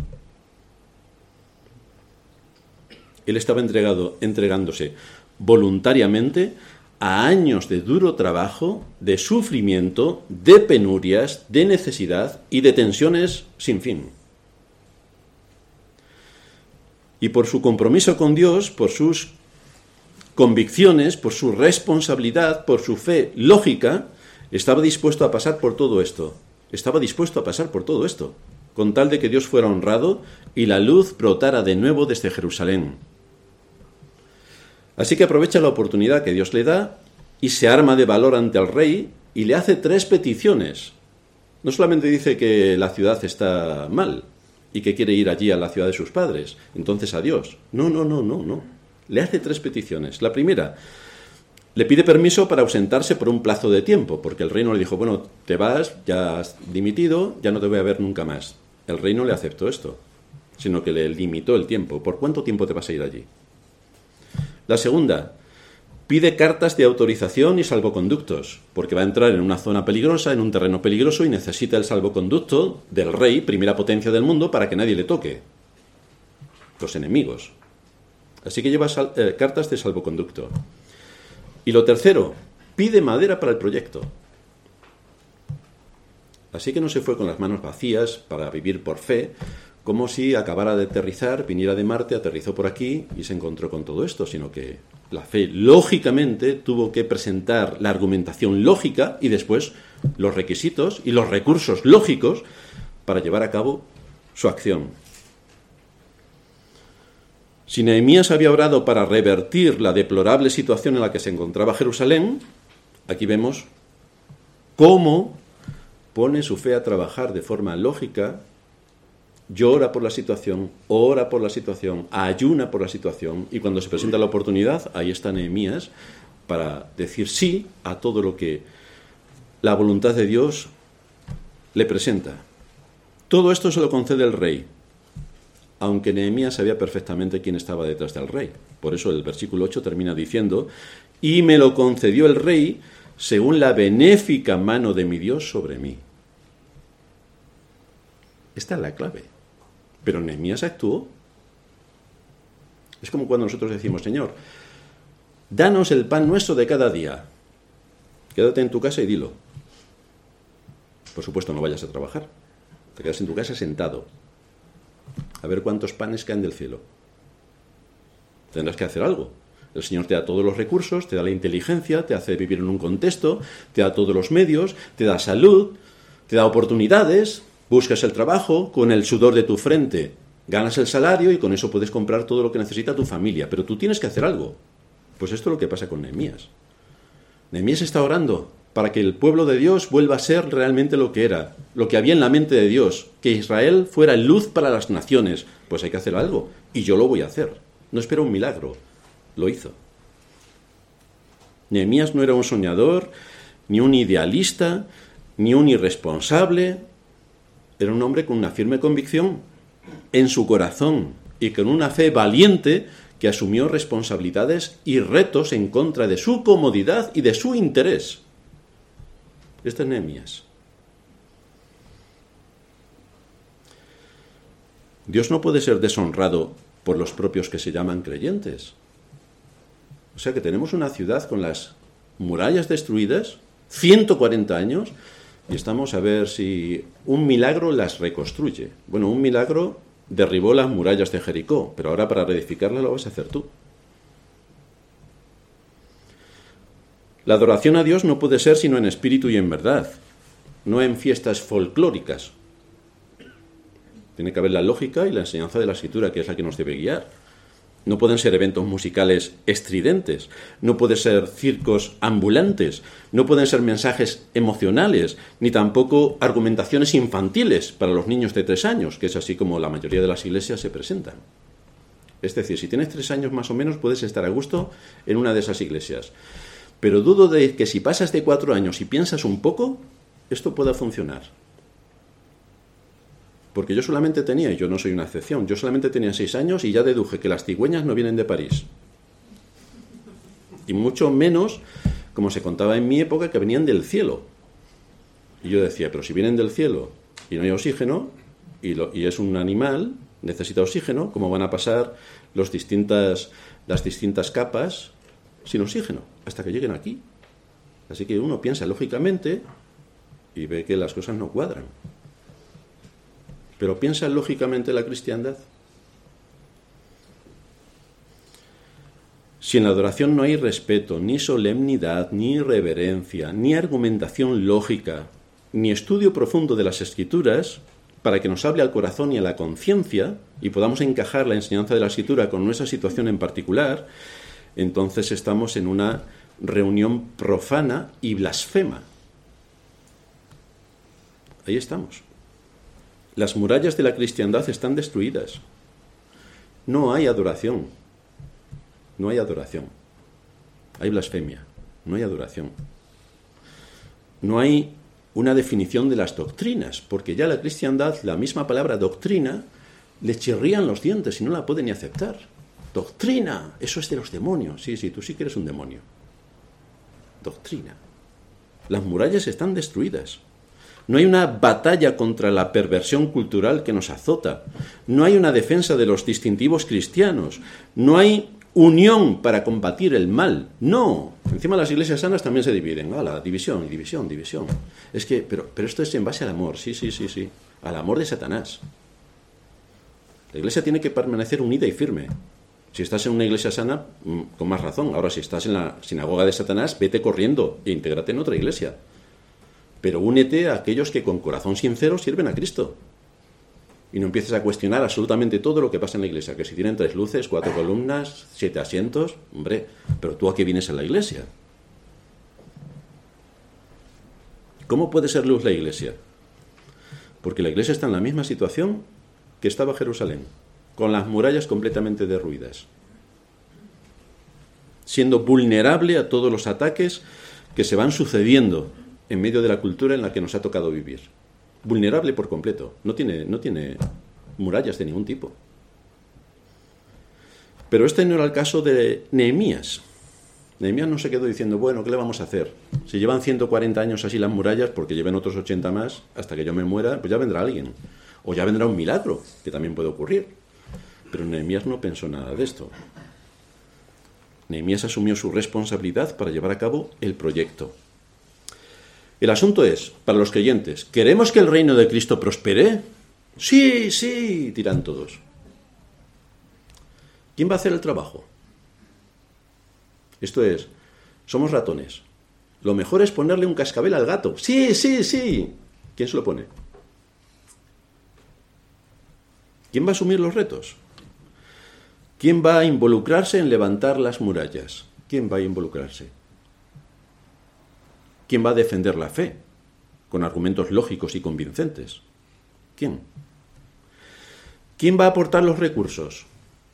Él estaba entregado, entregándose voluntariamente a años de duro trabajo, de sufrimiento, de penurias, de necesidad y de tensiones sin fin. Y por su compromiso con Dios, por sus convicciones, por su responsabilidad, por su fe lógica, estaba dispuesto a pasar por todo esto. Estaba dispuesto a pasar por todo esto, con tal de que Dios fuera honrado y la luz brotara de nuevo desde Jerusalén. Así que aprovecha la oportunidad que Dios le da y se arma de valor ante el rey y le hace tres peticiones. No solamente dice que la ciudad está mal y que quiere ir allí a la ciudad de sus padres, entonces a Dios. No, no, no, no, no. Le hace tres peticiones. La primera, le pide permiso para ausentarse por un plazo de tiempo, porque el rey no le dijo, bueno, te vas, ya has dimitido, ya no te voy a ver nunca más. El rey no le aceptó esto, sino que le limitó el tiempo. ¿Por cuánto tiempo te vas a ir allí? La segunda, pide cartas de autorización y salvoconductos, porque va a entrar en una zona peligrosa, en un terreno peligroso, y necesita el salvoconducto del rey, primera potencia del mundo, para que nadie le toque. Los enemigos. Así que lleva sal, eh, cartas de salvoconducto. Y lo tercero, pide madera para el proyecto. Así que no se fue con las manos vacías para vivir por fe, como si acabara de aterrizar, viniera de Marte, aterrizó por aquí y se encontró con todo esto, sino que la fe, lógicamente, tuvo que presentar la argumentación lógica y después los requisitos y los recursos lógicos para llevar a cabo su acción. Si Nehemías había orado para revertir la deplorable situación en la que se encontraba Jerusalén, aquí vemos cómo pone su fe a trabajar de forma lógica. Llora por la situación, ora por la situación, ayuna por la situación, y cuando se presenta la oportunidad, ahí está Nehemías para decir sí a todo lo que la voluntad de Dios le presenta. Todo esto se lo concede el rey, aunque Nehemías sabía perfectamente quién estaba detrás del rey. Por eso el versículo ocho termina diciendo, y me lo concedió el rey según la benéfica mano de mi Dios sobre mí. Esta es la clave. Pero Nehemías actuó. Es como cuando nosotros decimos, Señor, danos el pan nuestro de cada día. Quédate en tu casa y dilo. Por supuesto, no vayas a trabajar. Te quedas en tu casa sentado. A ver cuántos panes caen del cielo. Tendrás que hacer algo. El Señor te da todos los recursos, te da la inteligencia, te hace vivir en un contexto, te da todos los medios, te da salud, te da oportunidades. Buscas el trabajo, con el sudor de tu frente ganas el salario y con eso puedes comprar todo lo que necesita tu familia. Pero tú tienes que hacer algo. Pues esto es lo que pasa con Nehemías. Nehemías está orando para que el pueblo de Dios vuelva a ser realmente lo que era, lo que había en la mente de Dios, que Israel fuera luz para las naciones. Pues hay que hacer algo, y yo lo voy a hacer. No espero un milagro, lo hizo. Nehemías no era un soñador, ni un idealista, ni un irresponsable. Era un hombre con una firme convicción en su corazón y con una fe valiente que asumió responsabilidades y retos en contra de su comodidad y de su interés. Este es Nehemías. Dios no puede ser deshonrado por los propios que se llaman creyentes. O sea que tenemos una ciudad con las murallas destruidas, ciento cuarenta años, y estamos a ver si un milagro las reconstruye. Bueno, un milagro derribó las murallas de Jericó, pero ahora para reedificarlas lo vas a hacer tú. La adoración a Dios no puede ser sino en espíritu y en verdad, no en fiestas folclóricas. Tiene que haber la lógica y la enseñanza de la Escritura, que es la que nos debe guiar. No pueden ser eventos musicales estridentes, no pueden ser circos ambulantes, no pueden ser mensajes emocionales, ni tampoco argumentaciones infantiles para los niños de tres años, que es así como la mayoría de las iglesias se presentan. Es decir, si tienes tres años más o menos, puedes estar a gusto en una de esas iglesias. Pero dudo de que si pasas de cuatro años y piensas un poco, esto pueda funcionar. Porque yo solamente tenía, y yo no soy una excepción, yo solamente tenía seis años y ya deduje que las cigüeñas no vienen de París. Y mucho menos, como se contaba en mi época, que venían del cielo. Y yo decía, pero si vienen del cielo y no hay oxígeno, y, lo, y es un animal, necesita oxígeno, ¿cómo van a pasar los distintas, las distintas capas sin oxígeno hasta que lleguen aquí? Así que uno piensa lógicamente y ve que las cosas no cuadran. Pero piensa lógicamente la cristiandad. Si en la adoración no hay respeto, ni solemnidad, ni reverencia, ni argumentación lógica, ni estudio profundo de las Escrituras, para que nos hable al corazón y a la conciencia, y podamos encajar la enseñanza de la Escritura con nuestra situación en particular, entonces estamos en una reunión profana y blasfema. Ahí estamos. Las murallas de la cristiandad están destruidas. No hay adoración. No hay adoración. Hay blasfemia. No hay adoración. No hay una definición de las doctrinas, porque ya la cristiandad, la misma palabra doctrina, le chirrían los dientes y no la puede ni aceptar. Doctrina, eso es de los demonios. Sí, sí, tú sí que eres un demonio. Doctrina. Las murallas están destruidas. No hay una batalla contra la perversión cultural que nos azota. No hay una defensa de los distintivos cristianos. No hay unión para combatir el mal. No. Encima las iglesias sanas también se dividen. Ah, la división, división, división. Es que, pero, pero esto es en base al amor. Sí, sí, sí, sí. Al amor de Satanás. La iglesia tiene que permanecer unida y firme. Si estás en una iglesia sana, con más razón. Ahora, si estás en la sinagoga de Satanás, vete corriendo e intégrate en otra iglesia. Pero únete a aquellos que con corazón sincero sirven a Cristo. Y no empieces a cuestionar absolutamente todo lo que pasa en la iglesia. Que si tienen tres luces, cuatro columnas, siete asientos, hombre, pero ¿tú a qué vienes a la iglesia? ¿Cómo puede ser luz la iglesia? Porque la iglesia está en la misma situación que estaba Jerusalén, con las murallas completamente derruidas, siendo vulnerable a todos los ataques que se van sucediendo en medio de la cultura en la que nos ha tocado vivir. Vulnerable por completo. No tiene, no tiene murallas de ningún tipo. Pero este no era el caso de Nehemías. Nehemías no se quedó diciendo, bueno, ¿qué le vamos a hacer? Si llevan ciento cuarenta años así las murallas, porque lleven otros ochenta más, hasta que yo me muera, pues ya vendrá alguien. O ya vendrá un milagro, que también puede ocurrir. Pero Nehemías no pensó nada de esto. Nehemías asumió su responsabilidad para llevar a cabo el proyecto. El asunto es, para los creyentes, ¿queremos que el reino de Cristo prospere? Sí, sí, dirán todos. ¿Quién va a hacer el trabajo? Esto es, somos ratones. Lo mejor es ponerle un cascabel al gato. Sí, sí, sí. ¿Quién se lo pone? ¿Quién va a asumir los retos? ¿Quién va a involucrarse en levantar las murallas? ¿Quién va a involucrarse? ¿Quién va a defender la fe con argumentos lógicos y convincentes? ¿Quién? ¿Quién va a aportar los recursos?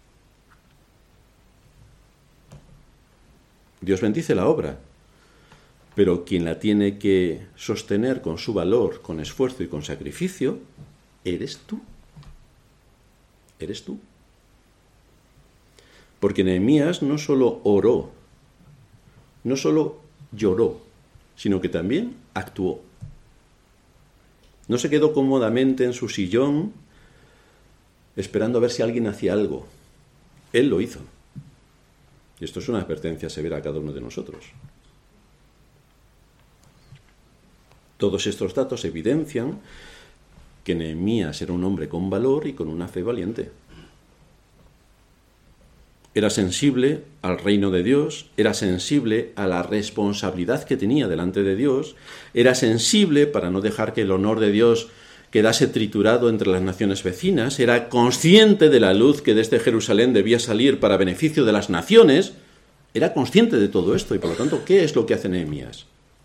Dios bendice la obra, pero quien la tiene que sostener con su valor, con esfuerzo y con sacrificio, eres tú. Eres tú. Porque Nehemías no solo oró, no solo lloró, sino que también actuó. No se quedó cómodamente en su sillón esperando a ver si alguien hacía algo. Él lo hizo. Y esto es una advertencia severa a cada uno de nosotros. Todos estos datos evidencian que Nehemías era un hombre con valor y con una fe valiente. Era sensible al reino de Dios, era sensible a la responsabilidad que tenía delante de Dios, era sensible para no dejar que el honor de Dios quedase triturado entre las naciones vecinas, era consciente de la luz que desde Jerusalén debía salir para beneficio de las naciones, era consciente de todo esto y por lo tanto, ¿qué es lo que hace Nehemías?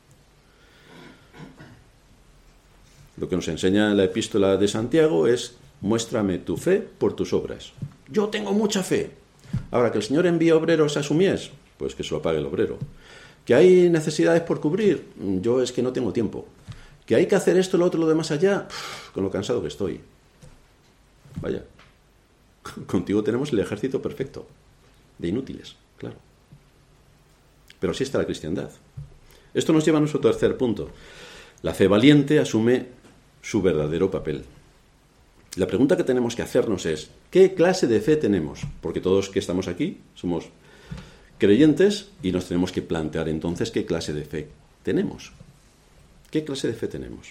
Lo que nos enseña la epístola de Santiago es: muéstrame tu fe por tus obras. Yo tengo mucha fe. Ahora, que el Señor envíe obreros a su mies, pues que se lo pague el obrero. Que hay necesidades por cubrir, yo es que no tengo tiempo. Que hay que hacer esto, lo otro, lo demás allá, Uf, con lo cansado que estoy. Vaya, contigo tenemos el ejército perfecto, de inútiles, claro. Pero así está la cristiandad. Esto nos lleva a nuestro tercer punto. La fe valiente asume su verdadero papel. La pregunta que tenemos que hacernos es: ¿qué clase de fe tenemos? Porque todos que estamos aquí somos creyentes y nos tenemos que plantear entonces qué clase de fe tenemos. ¿Qué clase de fe tenemos?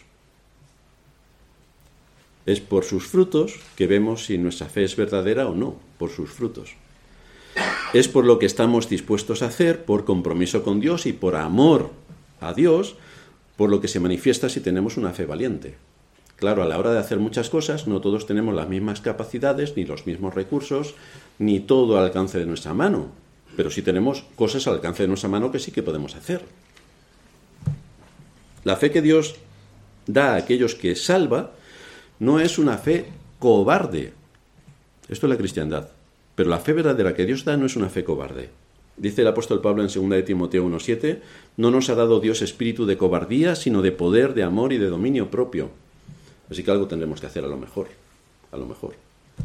Es por sus frutos que vemos si nuestra fe es verdadera o no, por sus frutos. Es por lo que estamos dispuestos a hacer, por compromiso con Dios y por amor a Dios, por lo que se manifiesta si tenemos una fe valiente. Claro, a la hora de hacer muchas cosas, no todos tenemos las mismas capacidades, ni los mismos recursos, ni todo al alcance de nuestra mano. Pero sí tenemos cosas al alcance de nuestra mano que sí que podemos hacer. La fe que Dios da a aquellos que salva no es una fe cobarde. Esto es la cristiandad. Pero la fe verdadera que Dios da no es una fe cobarde. Dice el apóstol Pablo en segunda de Timoteo uno siete: no nos ha dado Dios espíritu de cobardía, sino de poder, de amor y de dominio propio. Así que algo tendremos que hacer a lo mejor, a lo mejor.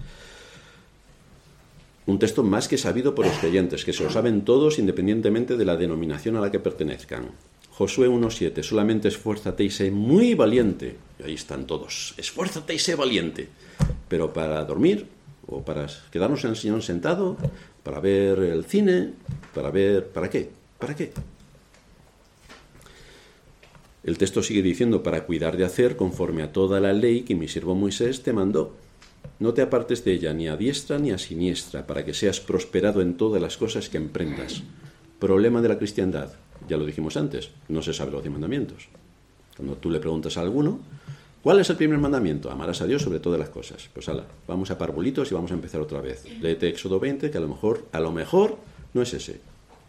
Un texto más que sabido por los creyentes, que se lo saben todos independientemente de la denominación a la que pertenezcan. Josué uno siete: solamente esfuérzate y sé muy valiente. Y ahí están todos: esfuérzate y sé valiente. Pero para dormir, o para quedarnos en el sillón sentado, para ver el cine, para ver... ¿Para qué? ¿Para qué? El texto sigue diciendo: para cuidar de hacer conforme a toda la ley que mi siervo Moisés te mandó. No te apartes de ella ni a diestra ni a siniestra, para que seas prosperado en todas las cosas que emprendas. Problema de la cristiandad, ya lo dijimos antes, no se sabe los diez mandamientos. Cuando tú le preguntas a alguno: ¿cuál es el primer mandamiento? Amarás a Dios sobre todas las cosas. Pues ala, vamos a parvulitos y vamos a empezar otra vez. Léete Éxodo veinte, que a lo mejor, a lo mejor no es ese.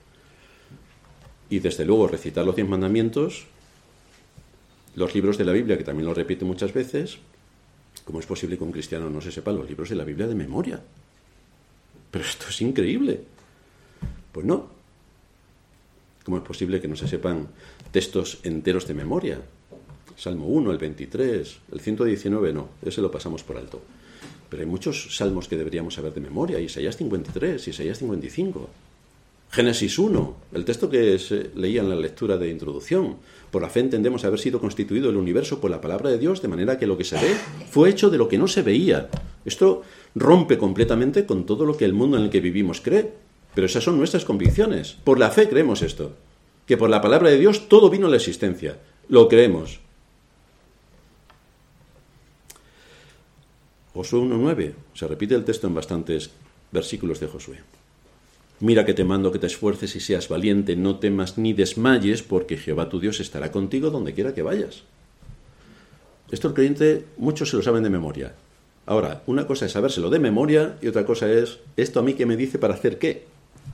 Y desde luego recitar los diez mandamientos, los libros de la Biblia, que también lo repite muchas veces. ¿Cómo es posible que un cristiano no se sepa los libros de la Biblia de memoria? Pero esto es increíble. Pues no. ¿Cómo es posible que no se sepan textos enteros de memoria? Salmo uno, el veintitrés, el ciento diecinueve no, ese lo pasamos por alto. Pero hay muchos salmos que deberíamos saber de memoria: Isaías cincuenta y tres, Isaías cincuenta y cinco. Génesis uno, el texto que se leía en la lectura de introducción. Por la fe entendemos haber sido constituido el universo por la palabra de Dios, de manera que lo que se ve fue hecho de lo que no se veía. Esto rompe completamente con todo lo que el mundo en el que vivimos cree. Pero esas son nuestras convicciones. Por la fe creemos esto. Que por la palabra de Dios todo vino a la existencia. Lo creemos. Josué uno nueve. Se repite el texto en bastantes versículos de Josué. Mira que te mando que te esfuerces y seas valiente, no temas ni desmayes, porque Jehová tu Dios estará contigo donde quiera que vayas. Esto el creyente, muchos se lo saben de memoria. Ahora, una cosa es sabérselo de memoria y otra cosa es: ¿esto a mí qué me dice para hacer qué?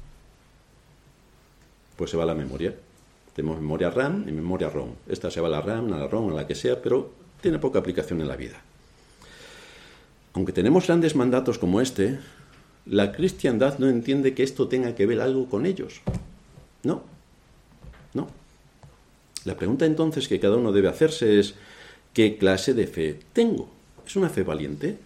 Pues se va a la memoria. Tenemos memoria RAM y memoria ROM. Esta se va a la RAM, a la ROM, a la que sea, pero tiene poca aplicación en la vida. Aunque tenemos grandes mandatos como este, la cristiandad no entiende que esto tenga que ver algo con ellos. No, no. La pregunta entonces que cada uno debe hacerse es: ¿qué clase de fe tengo? ¿Es una fe valiente?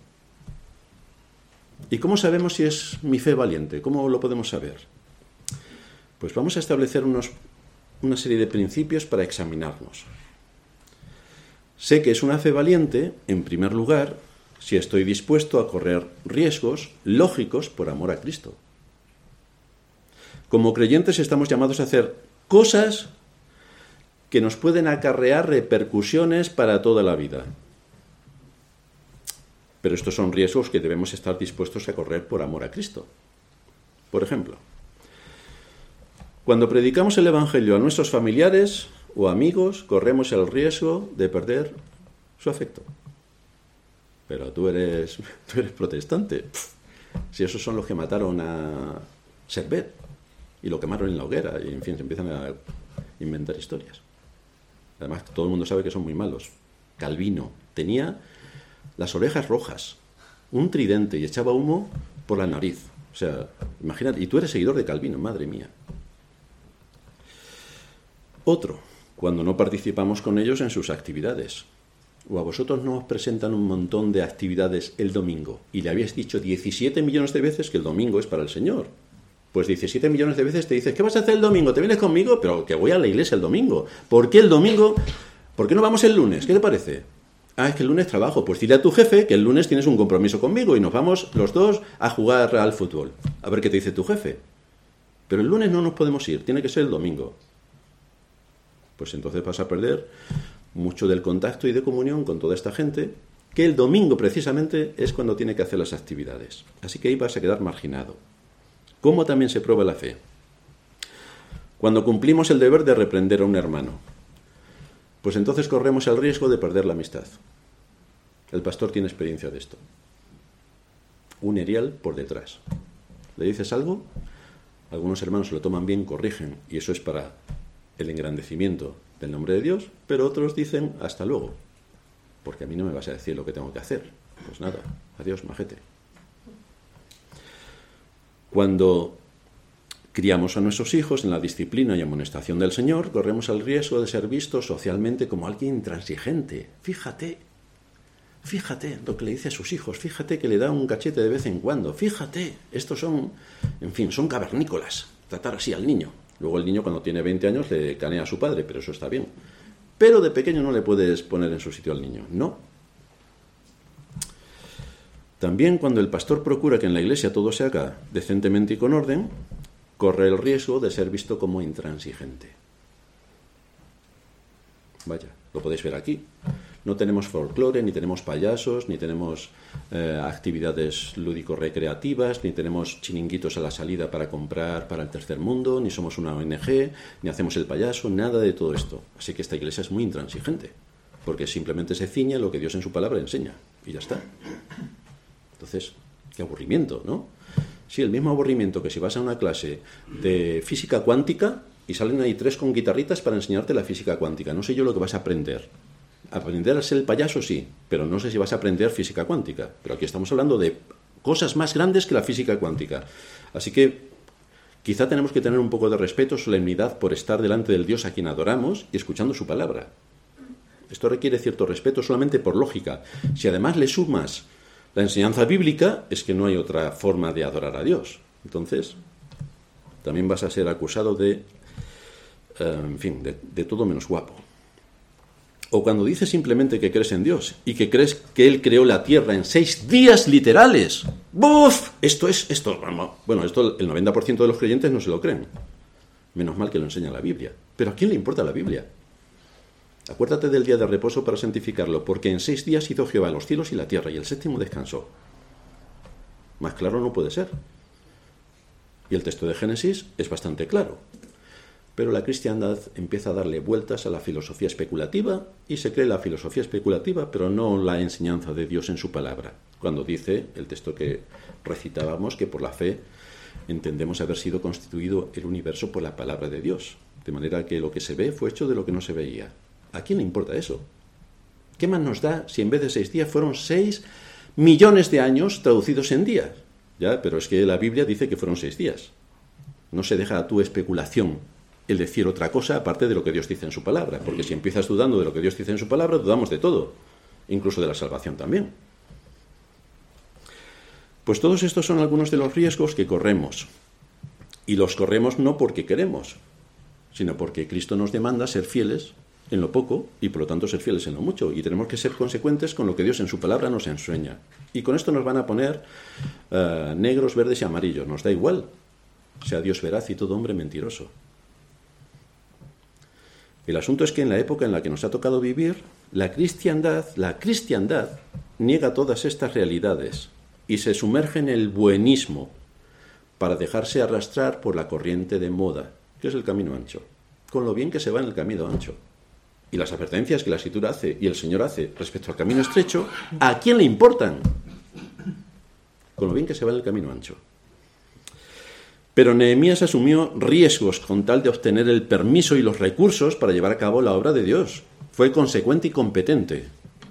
¿Y cómo sabemos si es mi fe valiente? ¿Cómo lo podemos saber? Pues vamos a establecer unos, una serie de principios para examinarnos. Sé que es una fe valiente, en primer lugar, si estoy dispuesto a correr riesgos lógicos por amor a Cristo. Como creyentes estamos llamados a hacer cosas que nos pueden acarrear repercusiones para toda la vida. Pero estos son riesgos que debemos estar dispuestos a correr por amor a Cristo. Por ejemplo, cuando predicamos el Evangelio a nuestros familiares o amigos, corremos el riesgo de perder su afecto. Pero tú eres, tú eres protestante. Si esos son los que mataron a Servet y lo quemaron en la hoguera, y en fin, se empiezan a inventar historias. Además, todo el mundo sabe que son muy malos. Calvino tenía las orejas rojas, un tridente y echaba humo por la nariz. O sea, imagínate, y tú eres seguidor de Calvino, madre mía. Otro, cuando no participamos con ellos en sus actividades. O a vosotros no os presentan un montón de actividades el domingo y le habéis dicho diecisiete millones de veces que el domingo es para el Señor. Pues diecisiete millones de veces te dices, ¿qué vas a hacer el domingo? ¿Te vienes conmigo? Pero que voy a la iglesia el domingo. ¿Por qué el domingo? ¿Por qué no vamos el lunes? ¿Qué te parece? Ah, es que el lunes trabajo. Pues dile a tu jefe que el lunes tienes un compromiso conmigo y nos vamos los dos a jugar al fútbol. A ver qué te dice tu jefe. Pero el lunes no nos podemos ir, tiene que ser el domingo. Pues entonces vas a perder mucho del contacto y de comunión con toda esta gente, que el domingo precisamente es cuando tiene que hacer las actividades. Así que ahí vas a quedar marginado. ¿Cómo también se prueba la fe? Cuando cumplimos el deber de reprender a un hermano, pues entonces corremos el riesgo de perder la amistad. El pastor tiene experiencia de esto. Un erial por detrás. ¿Le dices algo? Algunos hermanos se lo toman bien, corrigen, y eso es para el engrandecimiento del nombre de Dios, pero otros dicen hasta luego, porque a mí no me vas a decir lo que tengo que hacer. Pues nada, adiós, majete. Cuando criamos a nuestros hijos en la disciplina y amonestación del Señor, corremos el riesgo de ser vistos socialmente como alguien intransigente. Fíjate, fíjate lo que le dice a sus hijos, fíjate que le da un cachete de vez en cuando, fíjate, estos son, en fin, son cavernícolas, tratar así al niño. Luego el niño cuando tiene veinte años le canea a su padre, pero eso está bien. Pero de pequeño no le puedes poner en su sitio al niño, no. También cuando el pastor procura que en la iglesia todo se haga decentemente y con orden, corre el riesgo de ser visto como intransigente. Vaya, lo podéis ver aquí. No tenemos folclore, ni tenemos payasos, ni tenemos eh, actividades lúdico-recreativas, ni tenemos chiringuitos a la salida para comprar para el tercer mundo, ni somos una O N Ge, ni hacemos el payaso, nada de todo esto. Así que esta iglesia es muy intransigente, porque simplemente se ciñe a lo que Dios en su palabra enseña, y ya está. Entonces, qué aburrimiento, ¿no? Sí, el mismo aburrimiento que si vas a una clase de física cuántica y salen ahí tres con guitarritas para enseñarte la física cuántica. No sé yo lo que vas a aprender. Aprender a ser el payaso sí, pero no sé si vas a aprender física cuántica. Pero aquí estamos hablando de cosas más grandes que la física cuántica. Así que quizá tenemos que tener un poco de respeto, solemnidad por estar delante del Dios a quien adoramos y escuchando su palabra. Esto requiere cierto respeto solamente por lógica. Si además le sumas la enseñanza bíblica, es que no hay otra forma de adorar a Dios. Entonces, también vas a ser acusado de, eh, en fin, de, de todo menos guapo. O cuando dices simplemente que crees en Dios y que crees que Él creó la tierra en seis días literales. ¡Buf! Esto es, esto, bueno, esto el noventa por ciento de los creyentes no se lo creen. Menos mal que lo enseña la Biblia. Pero ¿a quién le importa la Biblia? Acuérdate del día de reposo para santificarlo, porque en seis días hizo Jehová los cielos y la tierra, y el séptimo descansó. Más claro no puede ser. Y el texto de Génesis es bastante claro. Pero la cristiandad empieza a darle vueltas a la filosofía especulativa y se cree la filosofía especulativa, pero no la enseñanza de Dios en su palabra. Cuando dice el texto que recitábamos que por la fe entendemos haber sido constituido el universo por la palabra de Dios. De manera que lo que se ve fue hecho de lo que no se veía. ¿A quién le importa eso? ¿Qué más nos da si en vez de seis días fueron seis millones de años traducidos en días? Ya, pero es que la Biblia dice que fueron seis días. No se deja a tu especulación el decir otra cosa aparte de lo que Dios dice en su palabra, porque si empiezas dudando de lo que Dios dice en su palabra, dudamos de todo, incluso de la salvación también. Pues todos estos son algunos de los riesgos que corremos, y los corremos no porque queremos, sino porque Cristo nos demanda ser fieles en lo poco y por lo tanto ser fieles en lo mucho. Y tenemos que ser consecuentes con lo que Dios en su palabra nos enseña. Y con esto nos van a poner uh, negros, verdes y amarillos. Nos da igual. Sea Dios veraz y todo hombre mentiroso. El asunto es que en la época en la que nos ha tocado vivir, la cristiandad, la cristiandad niega todas estas realidades y se sumerge en el buenismo para dejarse arrastrar por la corriente de moda, que es el camino ancho, con lo bien que se va en el camino ancho. Y las advertencias que la Escritura hace y el Señor hace respecto al camino estrecho, ¿a quién le importan? Con lo bien que se va en el camino ancho. Pero Nehemías asumió riesgos con tal de obtener el permiso y los recursos para llevar a cabo la obra de Dios. Fue consecuente y competente.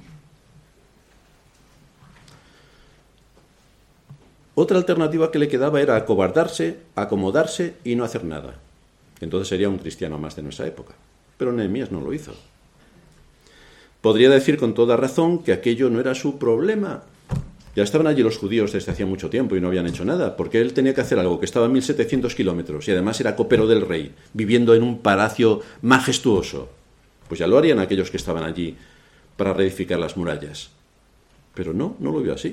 Otra alternativa que le quedaba era acobardarse, acomodarse y no hacer nada. Entonces sería un cristiano más de nuestra época. Pero Nehemías no lo hizo. Podría decir con toda razón que aquello no era su problema. Ya estaban allí los judíos desde hacía mucho tiempo y no habían hecho nada, porque él tenía que hacer algo que estaba a mil setecientos kilómetros y además era copero del rey, viviendo en un palacio majestuoso. Pues ya lo harían aquellos que estaban allí para reedificar las murallas. Pero no, no lo vio así.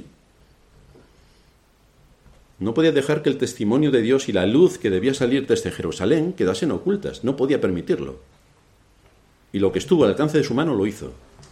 No podía dejar que el testimonio de Dios y la luz que debía salir desde Jerusalén quedasen ocultas. No podía permitirlo. Y lo que estuvo al alcance de su mano lo hizo.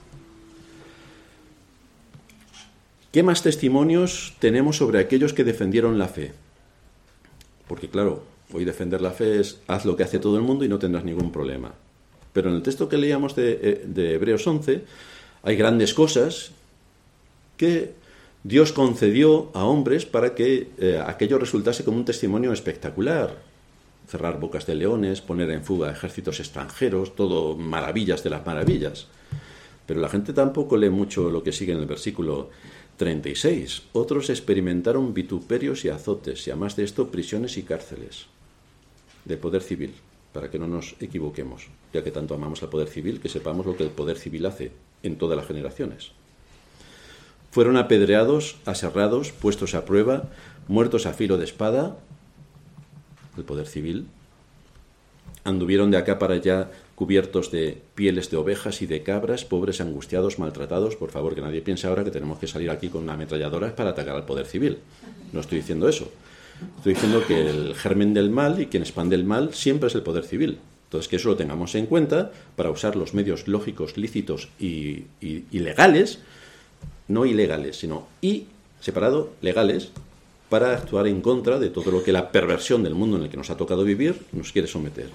¿Qué más testimonios tenemos sobre aquellos que defendieron la fe? Porque claro, hoy defender la fe es haz lo que hace todo el mundo y no tendrás ningún problema. Pero en el texto que leíamos de, de Hebreos once hay grandes cosas que Dios concedió a hombres para que eh, aquello resultase como un testimonio espectacular. Cerrar bocas de leones, poner en fuga ejércitos extranjeros, todo maravillas de las maravillas. Pero la gente tampoco lee mucho lo que sigue en el versículo treinta y seis. Otros experimentaron vituperios y azotes, y además de esto, prisiones y cárceles de poder civil, para que no nos equivoquemos, ya que tanto amamos al poder civil, que sepamos lo que el poder civil hace en todas las generaciones. Fueron apedreados, aserrados, puestos a prueba, muertos a filo de espada, el poder civil. Anduvieron de acá para allá cubiertos de pieles de ovejas y de cabras, pobres, angustiados, maltratados. Por favor, que nadie piense ahora que tenemos que salir aquí con ametralladoras para atacar al poder civil. No estoy diciendo eso. Estoy diciendo que el germen del mal y quien expande el mal siempre es el poder civil. Entonces, que eso lo tengamos en cuenta para usar los medios lógicos, lícitos y, y, y legales, no ilegales, sino y, separado, legales, para actuar en contra de todo lo que la perversión del mundo en el que nos ha tocado vivir nos quiere someter.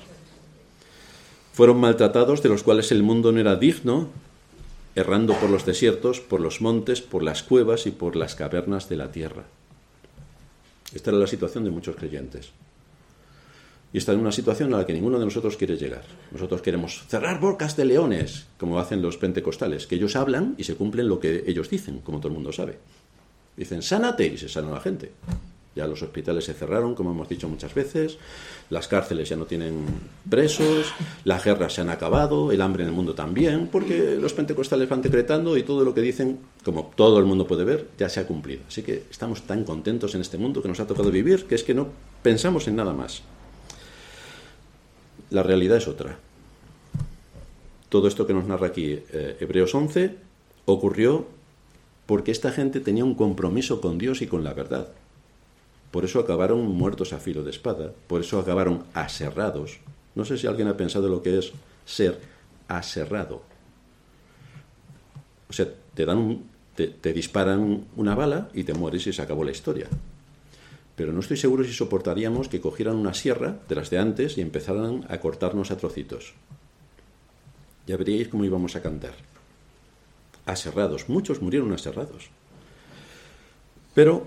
Fueron maltratados, de los cuales el mundo no era digno, errando por los desiertos, por los montes, por las cuevas y por las cavernas de la tierra. Esta era la situación de muchos creyentes. Y esta es una situación a la que ninguno de nosotros quiere llegar. Nosotros queremos cerrar bocas de leones, como hacen los pentecostales, que ellos hablan y se cumplen lo que ellos dicen, como todo el mundo sabe. Dicen, sánate, y se sana la gente. Ya los hospitales se cerraron, como hemos dicho muchas veces, las cárceles ya no tienen presos, las guerras se han acabado, el hambre en el mundo también, porque los pentecostales van decretando y todo lo que dicen, como todo el mundo puede ver, ya se ha cumplido. Así que estamos tan contentos en este mundo que nos ha tocado vivir, que es que no pensamos en nada más. La realidad es otra. Todo esto que nos narra aquí eh, Hebreos once ocurrió porque esta gente tenía un compromiso con Dios y con la verdad. Por eso acabaron muertos a filo de espada, por eso acabaron aserrados. No sé si alguien ha pensado lo que es ser aserrado. O sea, te dan un, te, te disparan una bala y te mueres y se acabó la historia. Pero no estoy seguro si soportaríamos que cogieran una sierra de las de antes y empezaran a cortarnos a trocitos. Ya veríais cómo íbamos a cantar. Aserrados, muchos murieron aserrados. Pero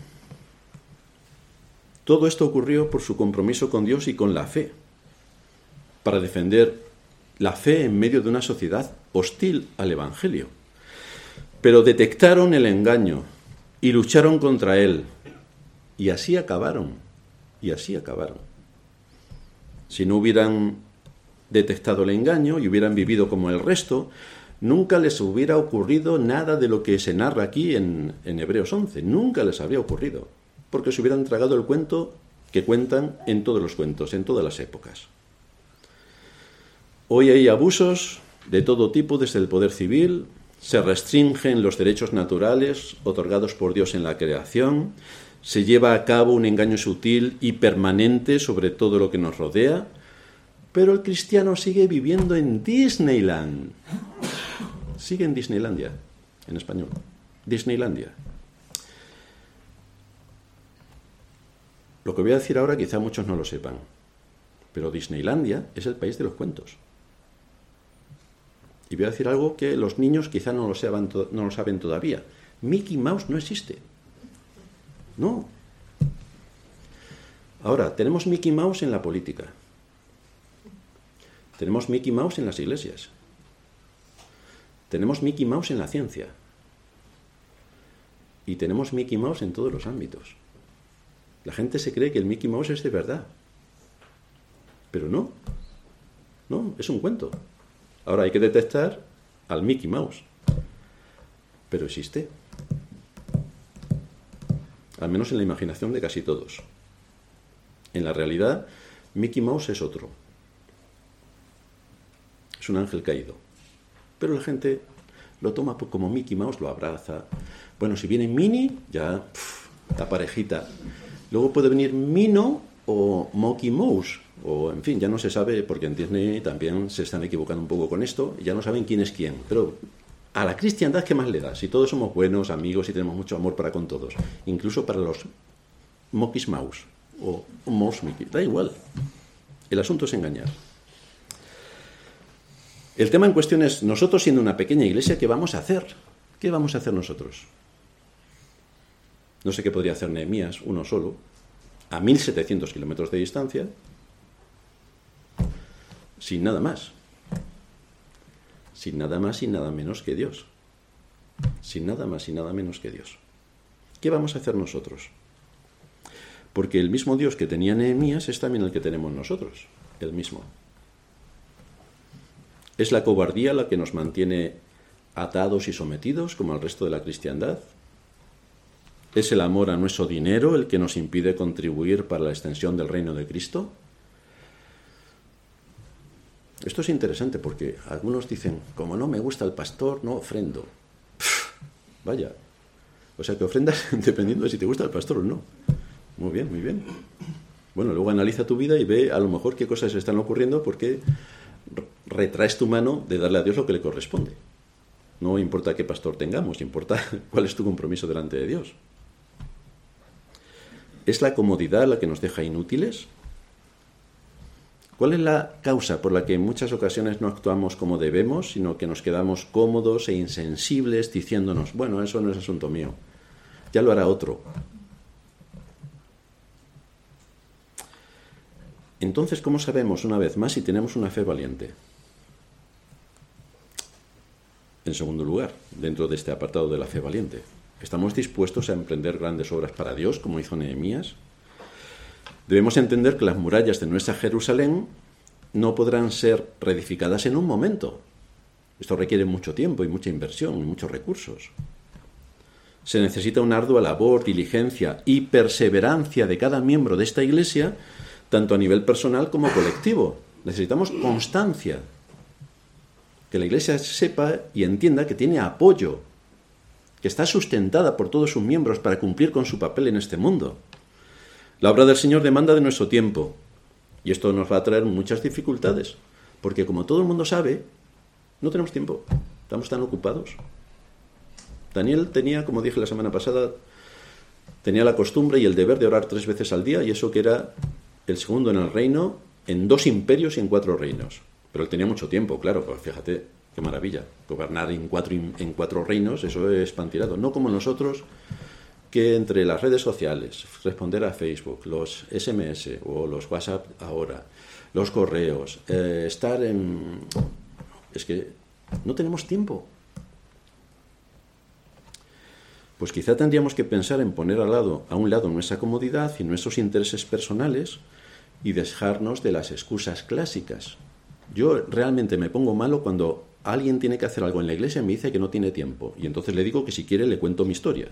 todo esto ocurrió por su compromiso con Dios y con la fe, para defender la fe en medio de una sociedad hostil al Evangelio. Pero detectaron el engaño y lucharon contra él. Y así acabaron, y así acabaron. Si no hubieran detectado el engaño y hubieran vivido como el resto, nunca les hubiera ocurrido nada de lo que se narra aquí en, en Hebreos once. Nunca les habría ocurrido, porque se hubieran tragado el cuento que cuentan en todos los cuentos, en todas las épocas. Hoy hay abusos de todo tipo desde el poder civil, se restringen los derechos naturales otorgados por Dios en la creación, se lleva a cabo un engaño sutil y permanente sobre todo lo que nos rodea, pero el cristiano sigue viviendo en Disneyland. Sigue en Disneylandia, en español. Disneylandia. Lo que voy a decir ahora quizá muchos no lo sepan, pero Disneylandia es el país de los cuentos. Y voy a decir algo que los niños quizá no lo saben, no lo saben todavía. Mickey Mouse no existe. No. Ahora, tenemos Mickey Mouse en la política. Tenemos Mickey Mouse en las iglesias. Tenemos Mickey Mouse en la ciencia. Y tenemos Mickey Mouse en todos los ámbitos. La gente se cree que el Mickey Mouse es de verdad. Pero no. No, es un cuento. Ahora hay que detectar al Mickey Mouse. Pero existe. Al menos en la imaginación de casi todos. En la realidad, Mickey Mouse es otro. Es un ángel caído. Pero la gente lo toma como Mickey Mouse, lo abraza. Bueno, si viene Minnie, ya, pff, la parejita. Luego puede venir Minnow o Monkey Mouse. O, en fin, ya no se sabe, porque en Disney también se están equivocando un poco con esto, y ya no saben quién es quién. Pero a la cristiandad, ¿qué más le da? Si todos somos buenos, amigos, y tenemos mucho amor para con todos. Incluso para los Monkey Mouse o Mouse Mickey. Da igual. El asunto es engañar. El tema en cuestión es, nosotros siendo una pequeña iglesia, ¿qué vamos a hacer? ¿Qué vamos a hacer nosotros? No sé qué podría hacer Nehemías, uno solo, a mil setecientos kilómetros de distancia, sin nada más. Sin nada más y nada menos que Dios. Sin nada más y nada menos que Dios. ¿Qué vamos a hacer nosotros? Porque el mismo Dios que tenía Nehemías es también el que tenemos nosotros. El mismo. ¿Es la cobardía la que nos mantiene atados y sometidos como al resto de la cristiandad? ¿Es el amor a nuestro dinero el que nos impide contribuir para la extensión del reino de Cristo? Esto es interesante porque algunos dicen, como no me gusta el pastor, no ofrendo. Pff, vaya. O sea que ofrendas dependiendo de si te gusta el pastor o no. Muy bien, muy bien. Bueno, luego analiza tu vida y ve a lo mejor qué cosas están ocurriendo porque retraes tu mano de darle a Dios lo que le corresponde. No importa qué pastor tengamos, importa cuál es tu compromiso delante de Dios. ¿Es la comodidad la que nos deja inútiles? ¿Cuál es la causa por la que en muchas ocasiones no actuamos como debemos, sino que nos quedamos cómodos e insensibles diciéndonos, bueno, eso no es asunto mío, ya lo hará otro? Entonces, ¿cómo sabemos una vez más si tenemos una fe valiente? En segundo lugar, dentro de este apartado de la fe valiente, ¿estamos dispuestos a emprender grandes obras para Dios, como hizo Nehemías? Debemos entender que las murallas de nuestra Jerusalén no podrán ser reedificadas en un momento. Esto requiere mucho tiempo y mucha inversión y muchos recursos. Se necesita una ardua labor, diligencia y perseverancia de cada miembro de esta iglesia, tanto a nivel personal como colectivo. Necesitamos constancia. Que la iglesia sepa y entienda que tiene apoyo, que está sustentada por todos sus miembros para cumplir con su papel en este mundo. La obra del Señor demanda de nuestro tiempo, y esto nos va a traer muchas dificultades, porque como todo el mundo sabe, no tenemos tiempo, estamos tan ocupados. Daniel tenía, como dije la semana pasada, tenía la costumbre y el deber de orar tres veces al día, y eso que era el segundo en el reino, en dos imperios y en cuatro reinos. Pero él tenía mucho tiempo, claro, pues fíjate, qué maravilla. Gobernar en cuatro, en cuatro reinos, eso es pan tirado. No como nosotros, que entre las redes sociales, responder a Facebook, los ese eme ese o los WhatsApp ahora, los correos, eh, estar en... Es que no tenemos tiempo. Pues quizá tendríamos que pensar en poner al lado, a un lado nuestra comodidad y nuestros intereses personales y dejarnos de las excusas clásicas. Yo realmente me pongo malo cuando alguien tiene que hacer algo en la iglesia y me dice que no tiene tiempo. Y entonces le digo que si quiere le cuento mi historia.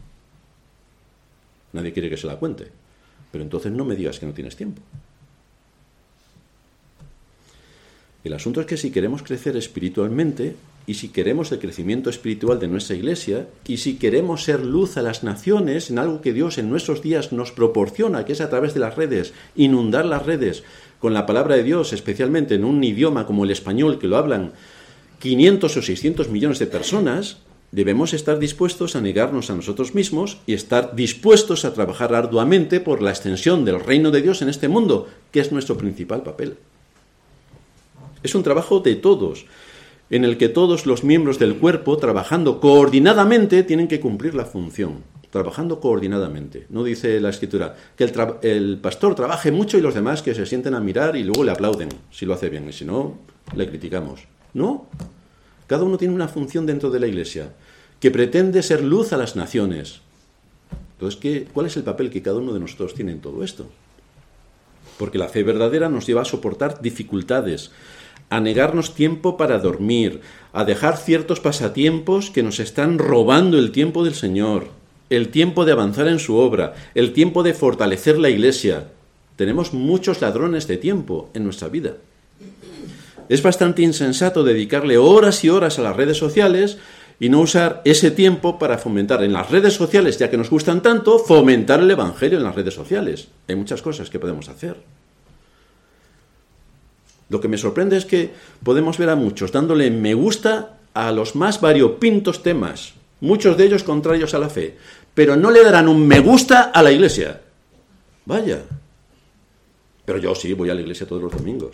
Nadie quiere que se la cuente. Pero entonces no me digas que no tienes tiempo. El asunto es que si queremos crecer espiritualmente y si queremos el crecimiento espiritual de nuestra iglesia y si queremos ser luz a las naciones en algo que Dios en nuestros días nos proporciona, que es a través de las redes, inundar las redes con la palabra de Dios, especialmente en un idioma como el español que lo hablan quinientos o seiscientos millones de personas, debemos estar dispuestos a negarnos a nosotros mismos y estar dispuestos a trabajar arduamente por la extensión del reino de Dios en este mundo, que es nuestro principal papel. Es un trabajo de todos, en el que todos los miembros del cuerpo, trabajando coordinadamente, tienen que cumplir la función. Trabajando coordinadamente. No dice la Escritura que el, tra- el pastor trabaje mucho y los demás que se sienten a mirar y luego le aplauden si lo hace bien, y si no, le criticamos. No. Cada uno tiene una función dentro de la Iglesia que pretende ser luz a las naciones. Entonces, ¿qué, ¿cuál es el papel que cada uno de nosotros tiene en todo esto? Porque la fe verdadera nos lleva a soportar dificultades, a negarnos tiempo para dormir, a dejar ciertos pasatiempos que nos están robando el tiempo del Señor, el tiempo de avanzar en su obra, el tiempo de fortalecer la Iglesia. Tenemos muchos ladrones de tiempo en nuestra vida. Es bastante insensato dedicarle horas y horas a las redes sociales y no usar ese tiempo para fomentar en las redes sociales, ya que nos gustan tanto, fomentar el Evangelio en las redes sociales. Hay muchas cosas que podemos hacer. Lo que me sorprende es que podemos ver a muchos dándole me gusta a los más variopintos temas, muchos de ellos contrarios a la fe, pero no le darán un me gusta a la Iglesia. Vaya. Pero yo sí, voy a la Iglesia todos los domingos.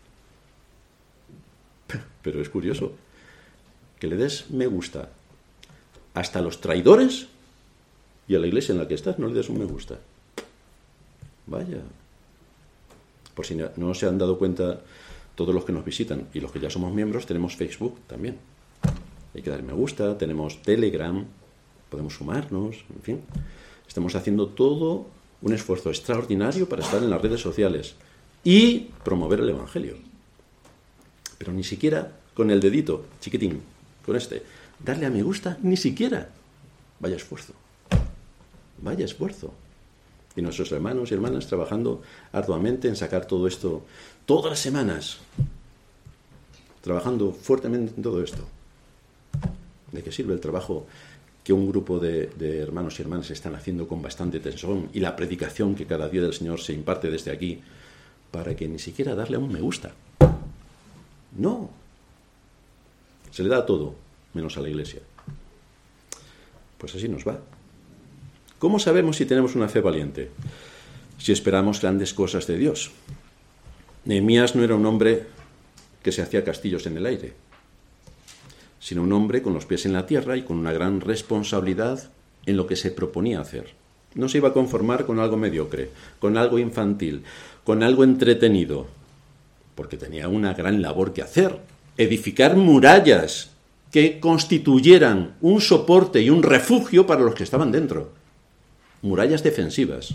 Pero es curioso que le des me gusta hasta a los traidores y a la Iglesia en la que estás no le des un me gusta. Vaya. Por si no se han dado cuenta todos los que nos visitan y los que ya somos miembros, tenemos Facebook también. Hay que dar me gusta, tenemos Telegram, podemos sumarnos, en fin. Estamos haciendo todo un esfuerzo extraordinario para estar en las redes sociales y promover el Evangelio. Pero ni siquiera con el dedito, chiquitín, con este, darle a me gusta, ni siquiera. Vaya esfuerzo. Vaya esfuerzo. Y nuestros hermanos y hermanas trabajando arduamente en sacar todo esto, todas las semanas, trabajando fuertemente en todo esto. ¿De qué sirve el trabajo que un grupo de, de hermanos y hermanas están haciendo con bastante tensión y la predicación que cada día del Señor se imparte desde aquí para que ni siquiera darle a un me gusta? No. Se le da a todo, menos a la Iglesia. Pues así nos va. ¿Cómo sabemos si tenemos una fe valiente? Si esperamos grandes cosas de Dios. Nehemías no era un hombre que se hacía castillos en el aire, sino un hombre con los pies en la tierra y con una gran responsabilidad en lo que se proponía hacer. No se iba a conformar con algo mediocre, con algo infantil, con algo entretenido, porque tenía una gran labor que hacer, edificar murallas que constituyeran un soporte y un refugio para los que estaban dentro. Murallas defensivas.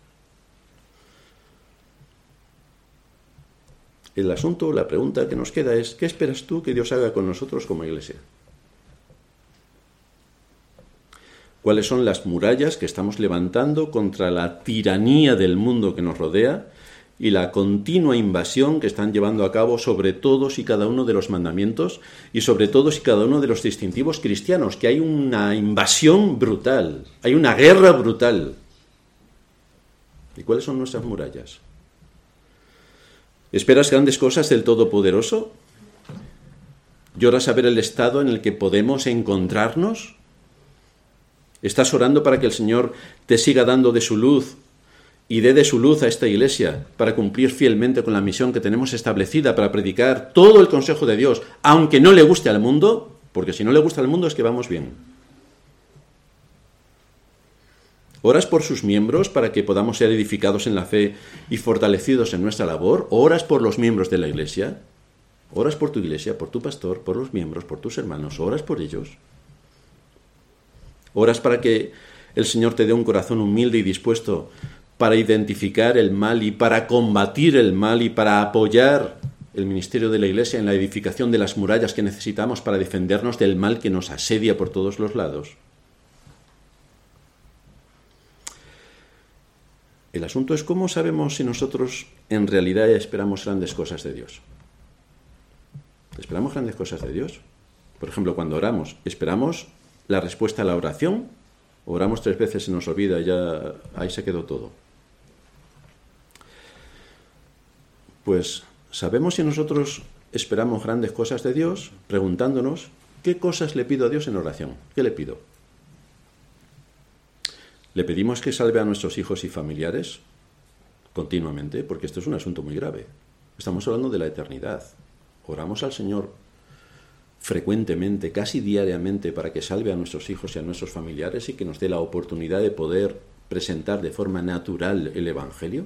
El asunto, la pregunta que nos queda es, ¿qué esperas tú que Dios haga con nosotros como Iglesia? ¿Cuáles son las murallas que estamos levantando contra la tiranía del mundo que nos rodea y la continua invasión que están llevando a cabo sobre todos y cada uno de los mandamientos y sobre todos y cada uno de los distintivos cristianos? Que hay una invasión brutal, hay una guerra brutal. ¿Y cuáles son nuestras murallas? ¿Esperas grandes cosas del Todopoderoso? ¿Lloras a ver el estado en el que podemos encontrarnos? ¿Estás orando para que el Señor te siga dando de su luz y dé de su luz a esta Iglesia para cumplir fielmente con la misión que tenemos establecida para predicar todo el consejo de Dios, aunque no le guste al mundo? Porque si no le gusta al mundo es que vamos bien. ¿Oras por sus miembros para que podamos ser edificados en la fe y fortalecidos en nuestra labor? ¿Oras por los miembros de la Iglesia? ¿Oras por tu Iglesia, por tu pastor, por los miembros, por tus hermanos? ¿Oras por ellos? ¿Oras para que el Señor te dé un corazón humilde y dispuesto para identificar el mal y para combatir el mal y para apoyar el ministerio de la Iglesia en la edificación de las murallas que necesitamos para defendernos del mal que nos asedia por todos los lados? El asunto es cómo sabemos si nosotros en realidad esperamos grandes cosas de Dios. ¿Esperamos grandes cosas de Dios? Por ejemplo, cuando oramos, ¿esperamos la respuesta a la oración? Oramos tres veces, se nos olvida y ya ahí se quedó todo. Pues sabemos si nosotros esperamos grandes cosas de Dios preguntándonos ¿qué cosas le pido a Dios en oración? ¿Qué le pido? ¿Le pedimos que salve a nuestros hijos y familiares continuamente? Porque esto es un asunto muy grave. Estamos hablando de la eternidad. Oramos al Señor frecuentemente, casi diariamente, para que salve a nuestros hijos y a nuestros familiares y que nos dé la oportunidad de poder presentar de forma natural el Evangelio.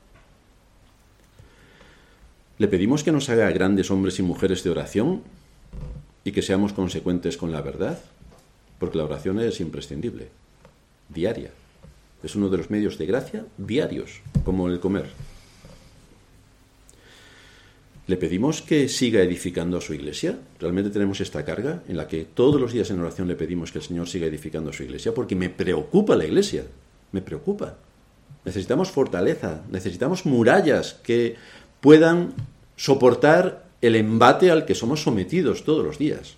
¿Le pedimos que nos haga grandes hombres y mujeres de oración y que seamos consecuentes con la verdad? Porque la oración es imprescindible, diaria. Es uno de los medios de gracia diarios, como el comer. ¿Le pedimos que siga edificando a su iglesia? ¿Realmente tenemos esta carga en la que todos los días en oración le pedimos que el Señor siga edificando a su iglesia? Porque me preocupa la iglesia, me preocupa. Necesitamos fortaleza, necesitamos murallas que puedan soportar el embate al que somos sometidos todos los días.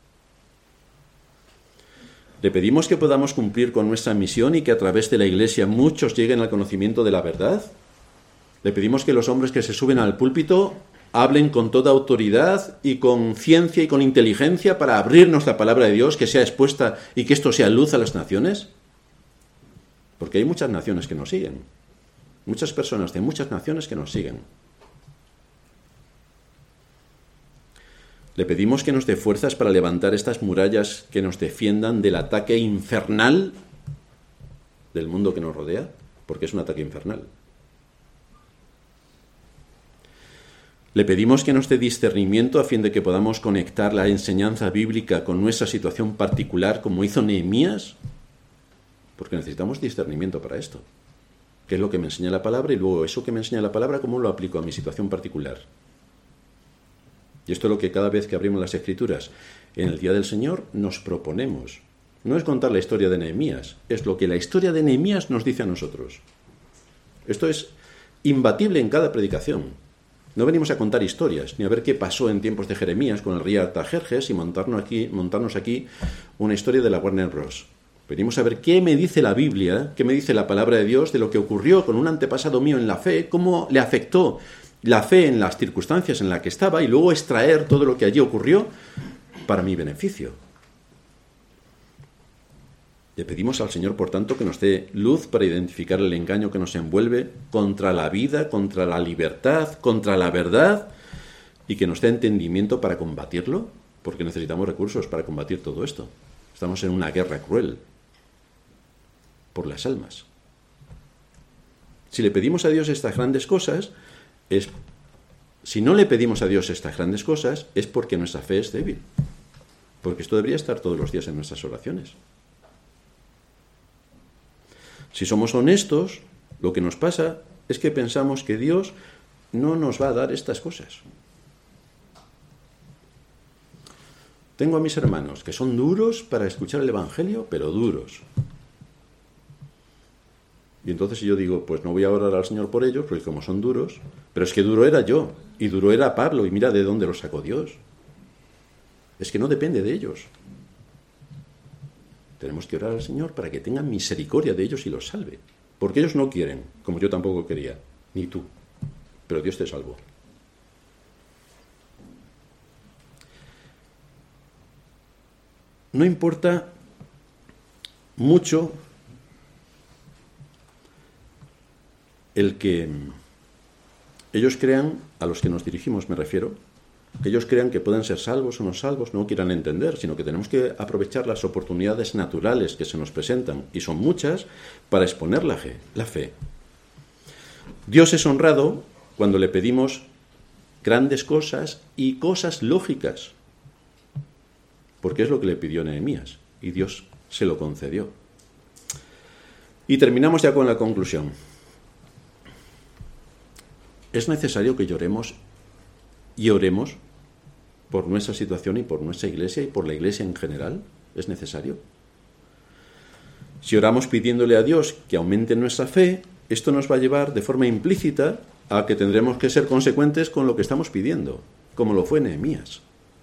Le pedimos que podamos cumplir con nuestra misión y que a través de la iglesia muchos lleguen al conocimiento de la verdad. Le pedimos que los hombres que se suben al púlpito hablen con toda autoridad y con ciencia y con inteligencia para abrirnos la palabra de Dios, que sea expuesta y que esto sea luz a las naciones. Porque hay muchas naciones que nos siguen. Muchas personas de muchas naciones que nos siguen. Le pedimos que nos dé fuerzas para levantar estas murallas que nos defiendan del ataque infernal del mundo que nos rodea, porque es un ataque infernal. Le pedimos que nos dé discernimiento a fin de que podamos conectar la enseñanza bíblica con nuestra situación particular, como hizo Nehemías, porque necesitamos discernimiento para esto. ¿Qué es lo que me enseña la palabra? Y luego eso que me enseña la palabra, ¿cómo lo aplico a mi situación particular? Y esto es lo que cada vez que abrimos las Escrituras en el Día del Señor nos proponemos. No es contar la historia de Nehemías, es lo que la historia de Nehemías nos dice a nosotros. Esto es imbatible en cada predicación. No venimos a contar historias, ni a ver qué pasó en tiempos de Jeremías con el rey Artajerjes y montarnos aquí, montarnos aquí una historia de la Warner Bros. Venimos a ver qué me dice la Biblia, qué me dice la palabra de Dios de lo que ocurrió con un antepasado mío en la fe, cómo le afectó la fe en las circunstancias en las que estaba y luego extraer todo lo que allí ocurrió para mi beneficio. Le pedimos al Señor, por tanto, que nos dé luz para identificar el engaño que nos envuelve contra la vida, contra la libertad, contra la verdad, y que nos dé entendimiento para combatirlo, porque necesitamos recursos para combatir todo esto. Estamos en una guerra cruel por las almas. Si le pedimos a Dios estas grandes cosas, es, si no le pedimos a Dios estas grandes cosas, es porque nuestra fe es débil. Porque esto debería estar todos los días en nuestras oraciones. Si somos honestos, lo que nos pasa es que pensamos que Dios no nos va a dar estas cosas. Tengo a mis hermanos que son duros para escuchar el Evangelio, pero duros. Y entonces yo digo, pues no voy a orar al Señor por ellos, porque como son duros, pero es que duro era yo, y duro era Pablo, y mira de dónde lo sacó Dios. Es que no depende de ellos. Tenemos que orar al Señor para que tenga misericordia de ellos y los salve. Porque ellos no quieren, como yo tampoco quería, ni tú. Pero Dios te salvó. No importa mucho el que ellos crean, a los que nos dirigimos me refiero, que ellos crean que pueden ser salvos o no salvos, no quieran entender, sino que tenemos que aprovechar las oportunidades naturales que se nos presentan, y son muchas, para exponer la fe. La fe. Dios es honrado cuando le pedimos grandes cosas y cosas lógicas, porque es lo que le pidió Nehemías, y Dios se lo concedió. Y terminamos ya con la conclusión. Es necesario que lloremos y oremos por nuestra situación y por nuestra iglesia y por la iglesia en general. ¿Es necesario? Si oramos pidiéndole a Dios que aumente nuestra fe, esto nos va a llevar de forma implícita a que tendremos que ser consecuentes con lo que estamos pidiendo, como lo fue Nehemías.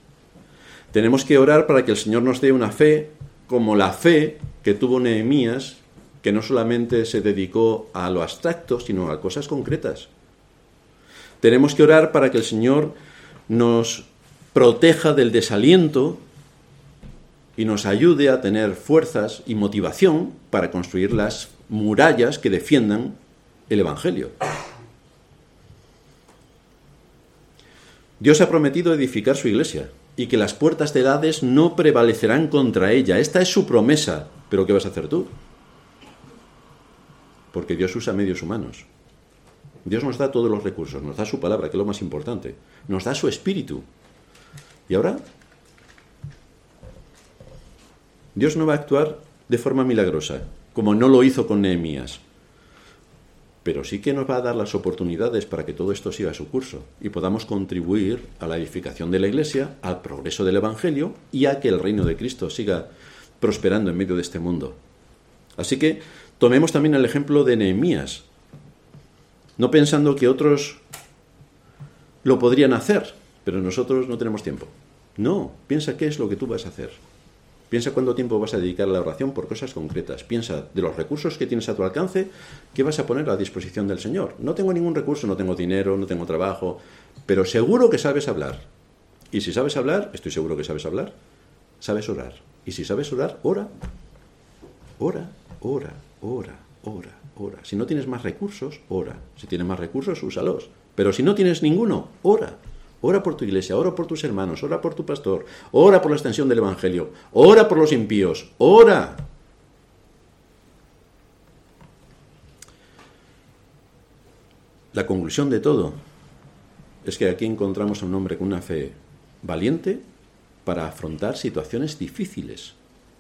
Tenemos que orar para que el Señor nos dé una fe como la fe que tuvo Nehemías, que no solamente se dedicó a lo abstracto, sino a cosas concretas. Tenemos que orar para que el Señor nos proteja del desaliento y nos ayude a tener fuerzas y motivación para construir las murallas que defiendan el Evangelio. Dios ha prometido edificar su iglesia y que las puertas del Hades no prevalecerán contra ella. Esta es su promesa. ¿Pero qué vas a hacer tú? Porque Dios usa medios humanos. Dios nos da todos los recursos, nos da su palabra, que es lo más importante. Nos da su espíritu. ¿Y ahora? Dios no va a actuar de forma milagrosa, como no lo hizo con Nehemías. Pero sí que nos va a dar las oportunidades para que todo esto siga su curso y podamos contribuir a la edificación de la Iglesia, al progreso del Evangelio y a que el reino de Cristo siga prosperando en medio de este mundo. Así que tomemos también el ejemplo de Nehemías, no pensando que otros lo podrían hacer, pero nosotros no tenemos tiempo. No, piensa qué es lo que tú vas a hacer. Piensa cuánto tiempo vas a dedicar a la oración por cosas concretas. Piensa de los recursos que tienes a tu alcance, ¿qué vas a poner a disposición del Señor? No tengo ningún recurso, no tengo dinero, no tengo trabajo, pero seguro que sabes hablar. Y si sabes hablar, estoy seguro que sabes hablar, sabes orar. Y si sabes orar, ora. Ora, ora, ora, ora, ora. Si no tienes más recursos, ora. Si tienes más recursos, úsalos. Pero si no tienes ninguno, ora. Ora por tu iglesia, ora por tus hermanos, ora por tu pastor, ora por la extensión del Evangelio, ora por los impíos, ora. La conclusión de todo es que aquí encontramos a un hombre con una fe valiente para afrontar situaciones difíciles.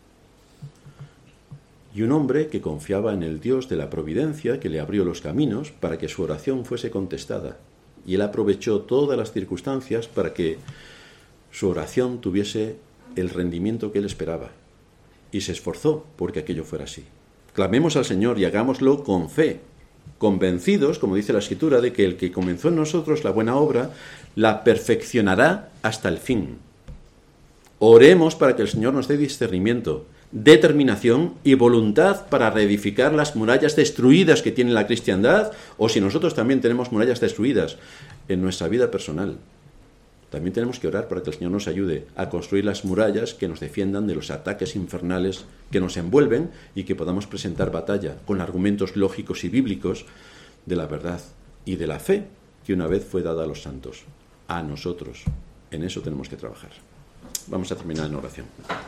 Y un hombre que confiaba en el Dios de la providencia que le abrió los caminos para que su oración fuese contestada. Y él aprovechó todas las circunstancias para que su oración tuviese el rendimiento que él esperaba. Y se esforzó porque aquello fuera así. Clamemos al Señor y hagámoslo con fe, convencidos, como dice la Escritura, de que el que comenzó en nosotros la buena obra, la perfeccionará hasta el fin. Oremos para que el Señor nos dé discernimiento, determinación y voluntad para reedificar las murallas destruidas que tiene la cristiandad, o si nosotros también tenemos murallas destruidas en nuestra vida personal. También tenemos que orar para que el Señor nos ayude a construir las murallas que nos defiendan de los ataques infernales que nos envuelven y que podamos presentar batalla con argumentos lógicos y bíblicos de la verdad y de la fe que una vez fue dada a los santos, a nosotros. En eso tenemos que trabajar. Vamos a terminar en oración.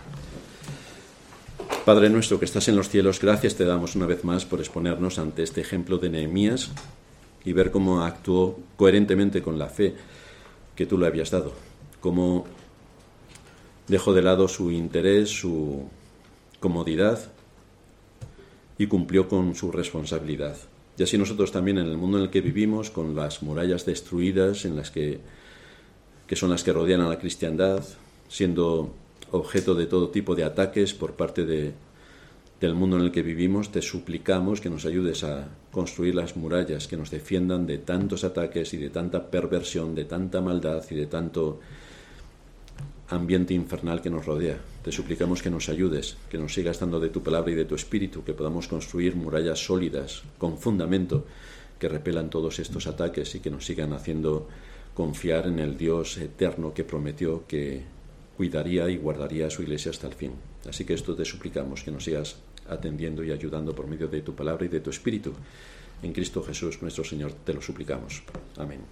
Padre nuestro que estás en los cielos, gracias te damos una vez más por exponernos ante este ejemplo de Nehemías y ver cómo actuó coherentemente con la fe que tú le habías dado, cómo dejó de lado su interés, su comodidad y cumplió con su responsabilidad. Y así nosotros también en el mundo en el que vivimos, con las murallas destruidas en las que, que son las que rodean a la cristiandad, siendo objeto de todo tipo de ataques por parte de, del mundo en el que vivimos, te suplicamos que nos ayudes a construir las murallas que nos defiendan de tantos ataques y de tanta perversión, de tanta maldad y de tanto ambiente infernal que nos rodea. Te suplicamos que nos ayudes, que nos sigas dando de tu palabra y de tu espíritu, que podamos construir murallas sólidas, con fundamento, que repelan todos estos ataques y que nos sigan haciendo confiar en el Dios eterno que prometió que cuidaría y guardaría a su iglesia hasta el fin. Así que esto te suplicamos, que nos sigas atendiendo y ayudando por medio de tu palabra y de tu espíritu. En Cristo Jesús, nuestro Señor, te lo suplicamos. Amén.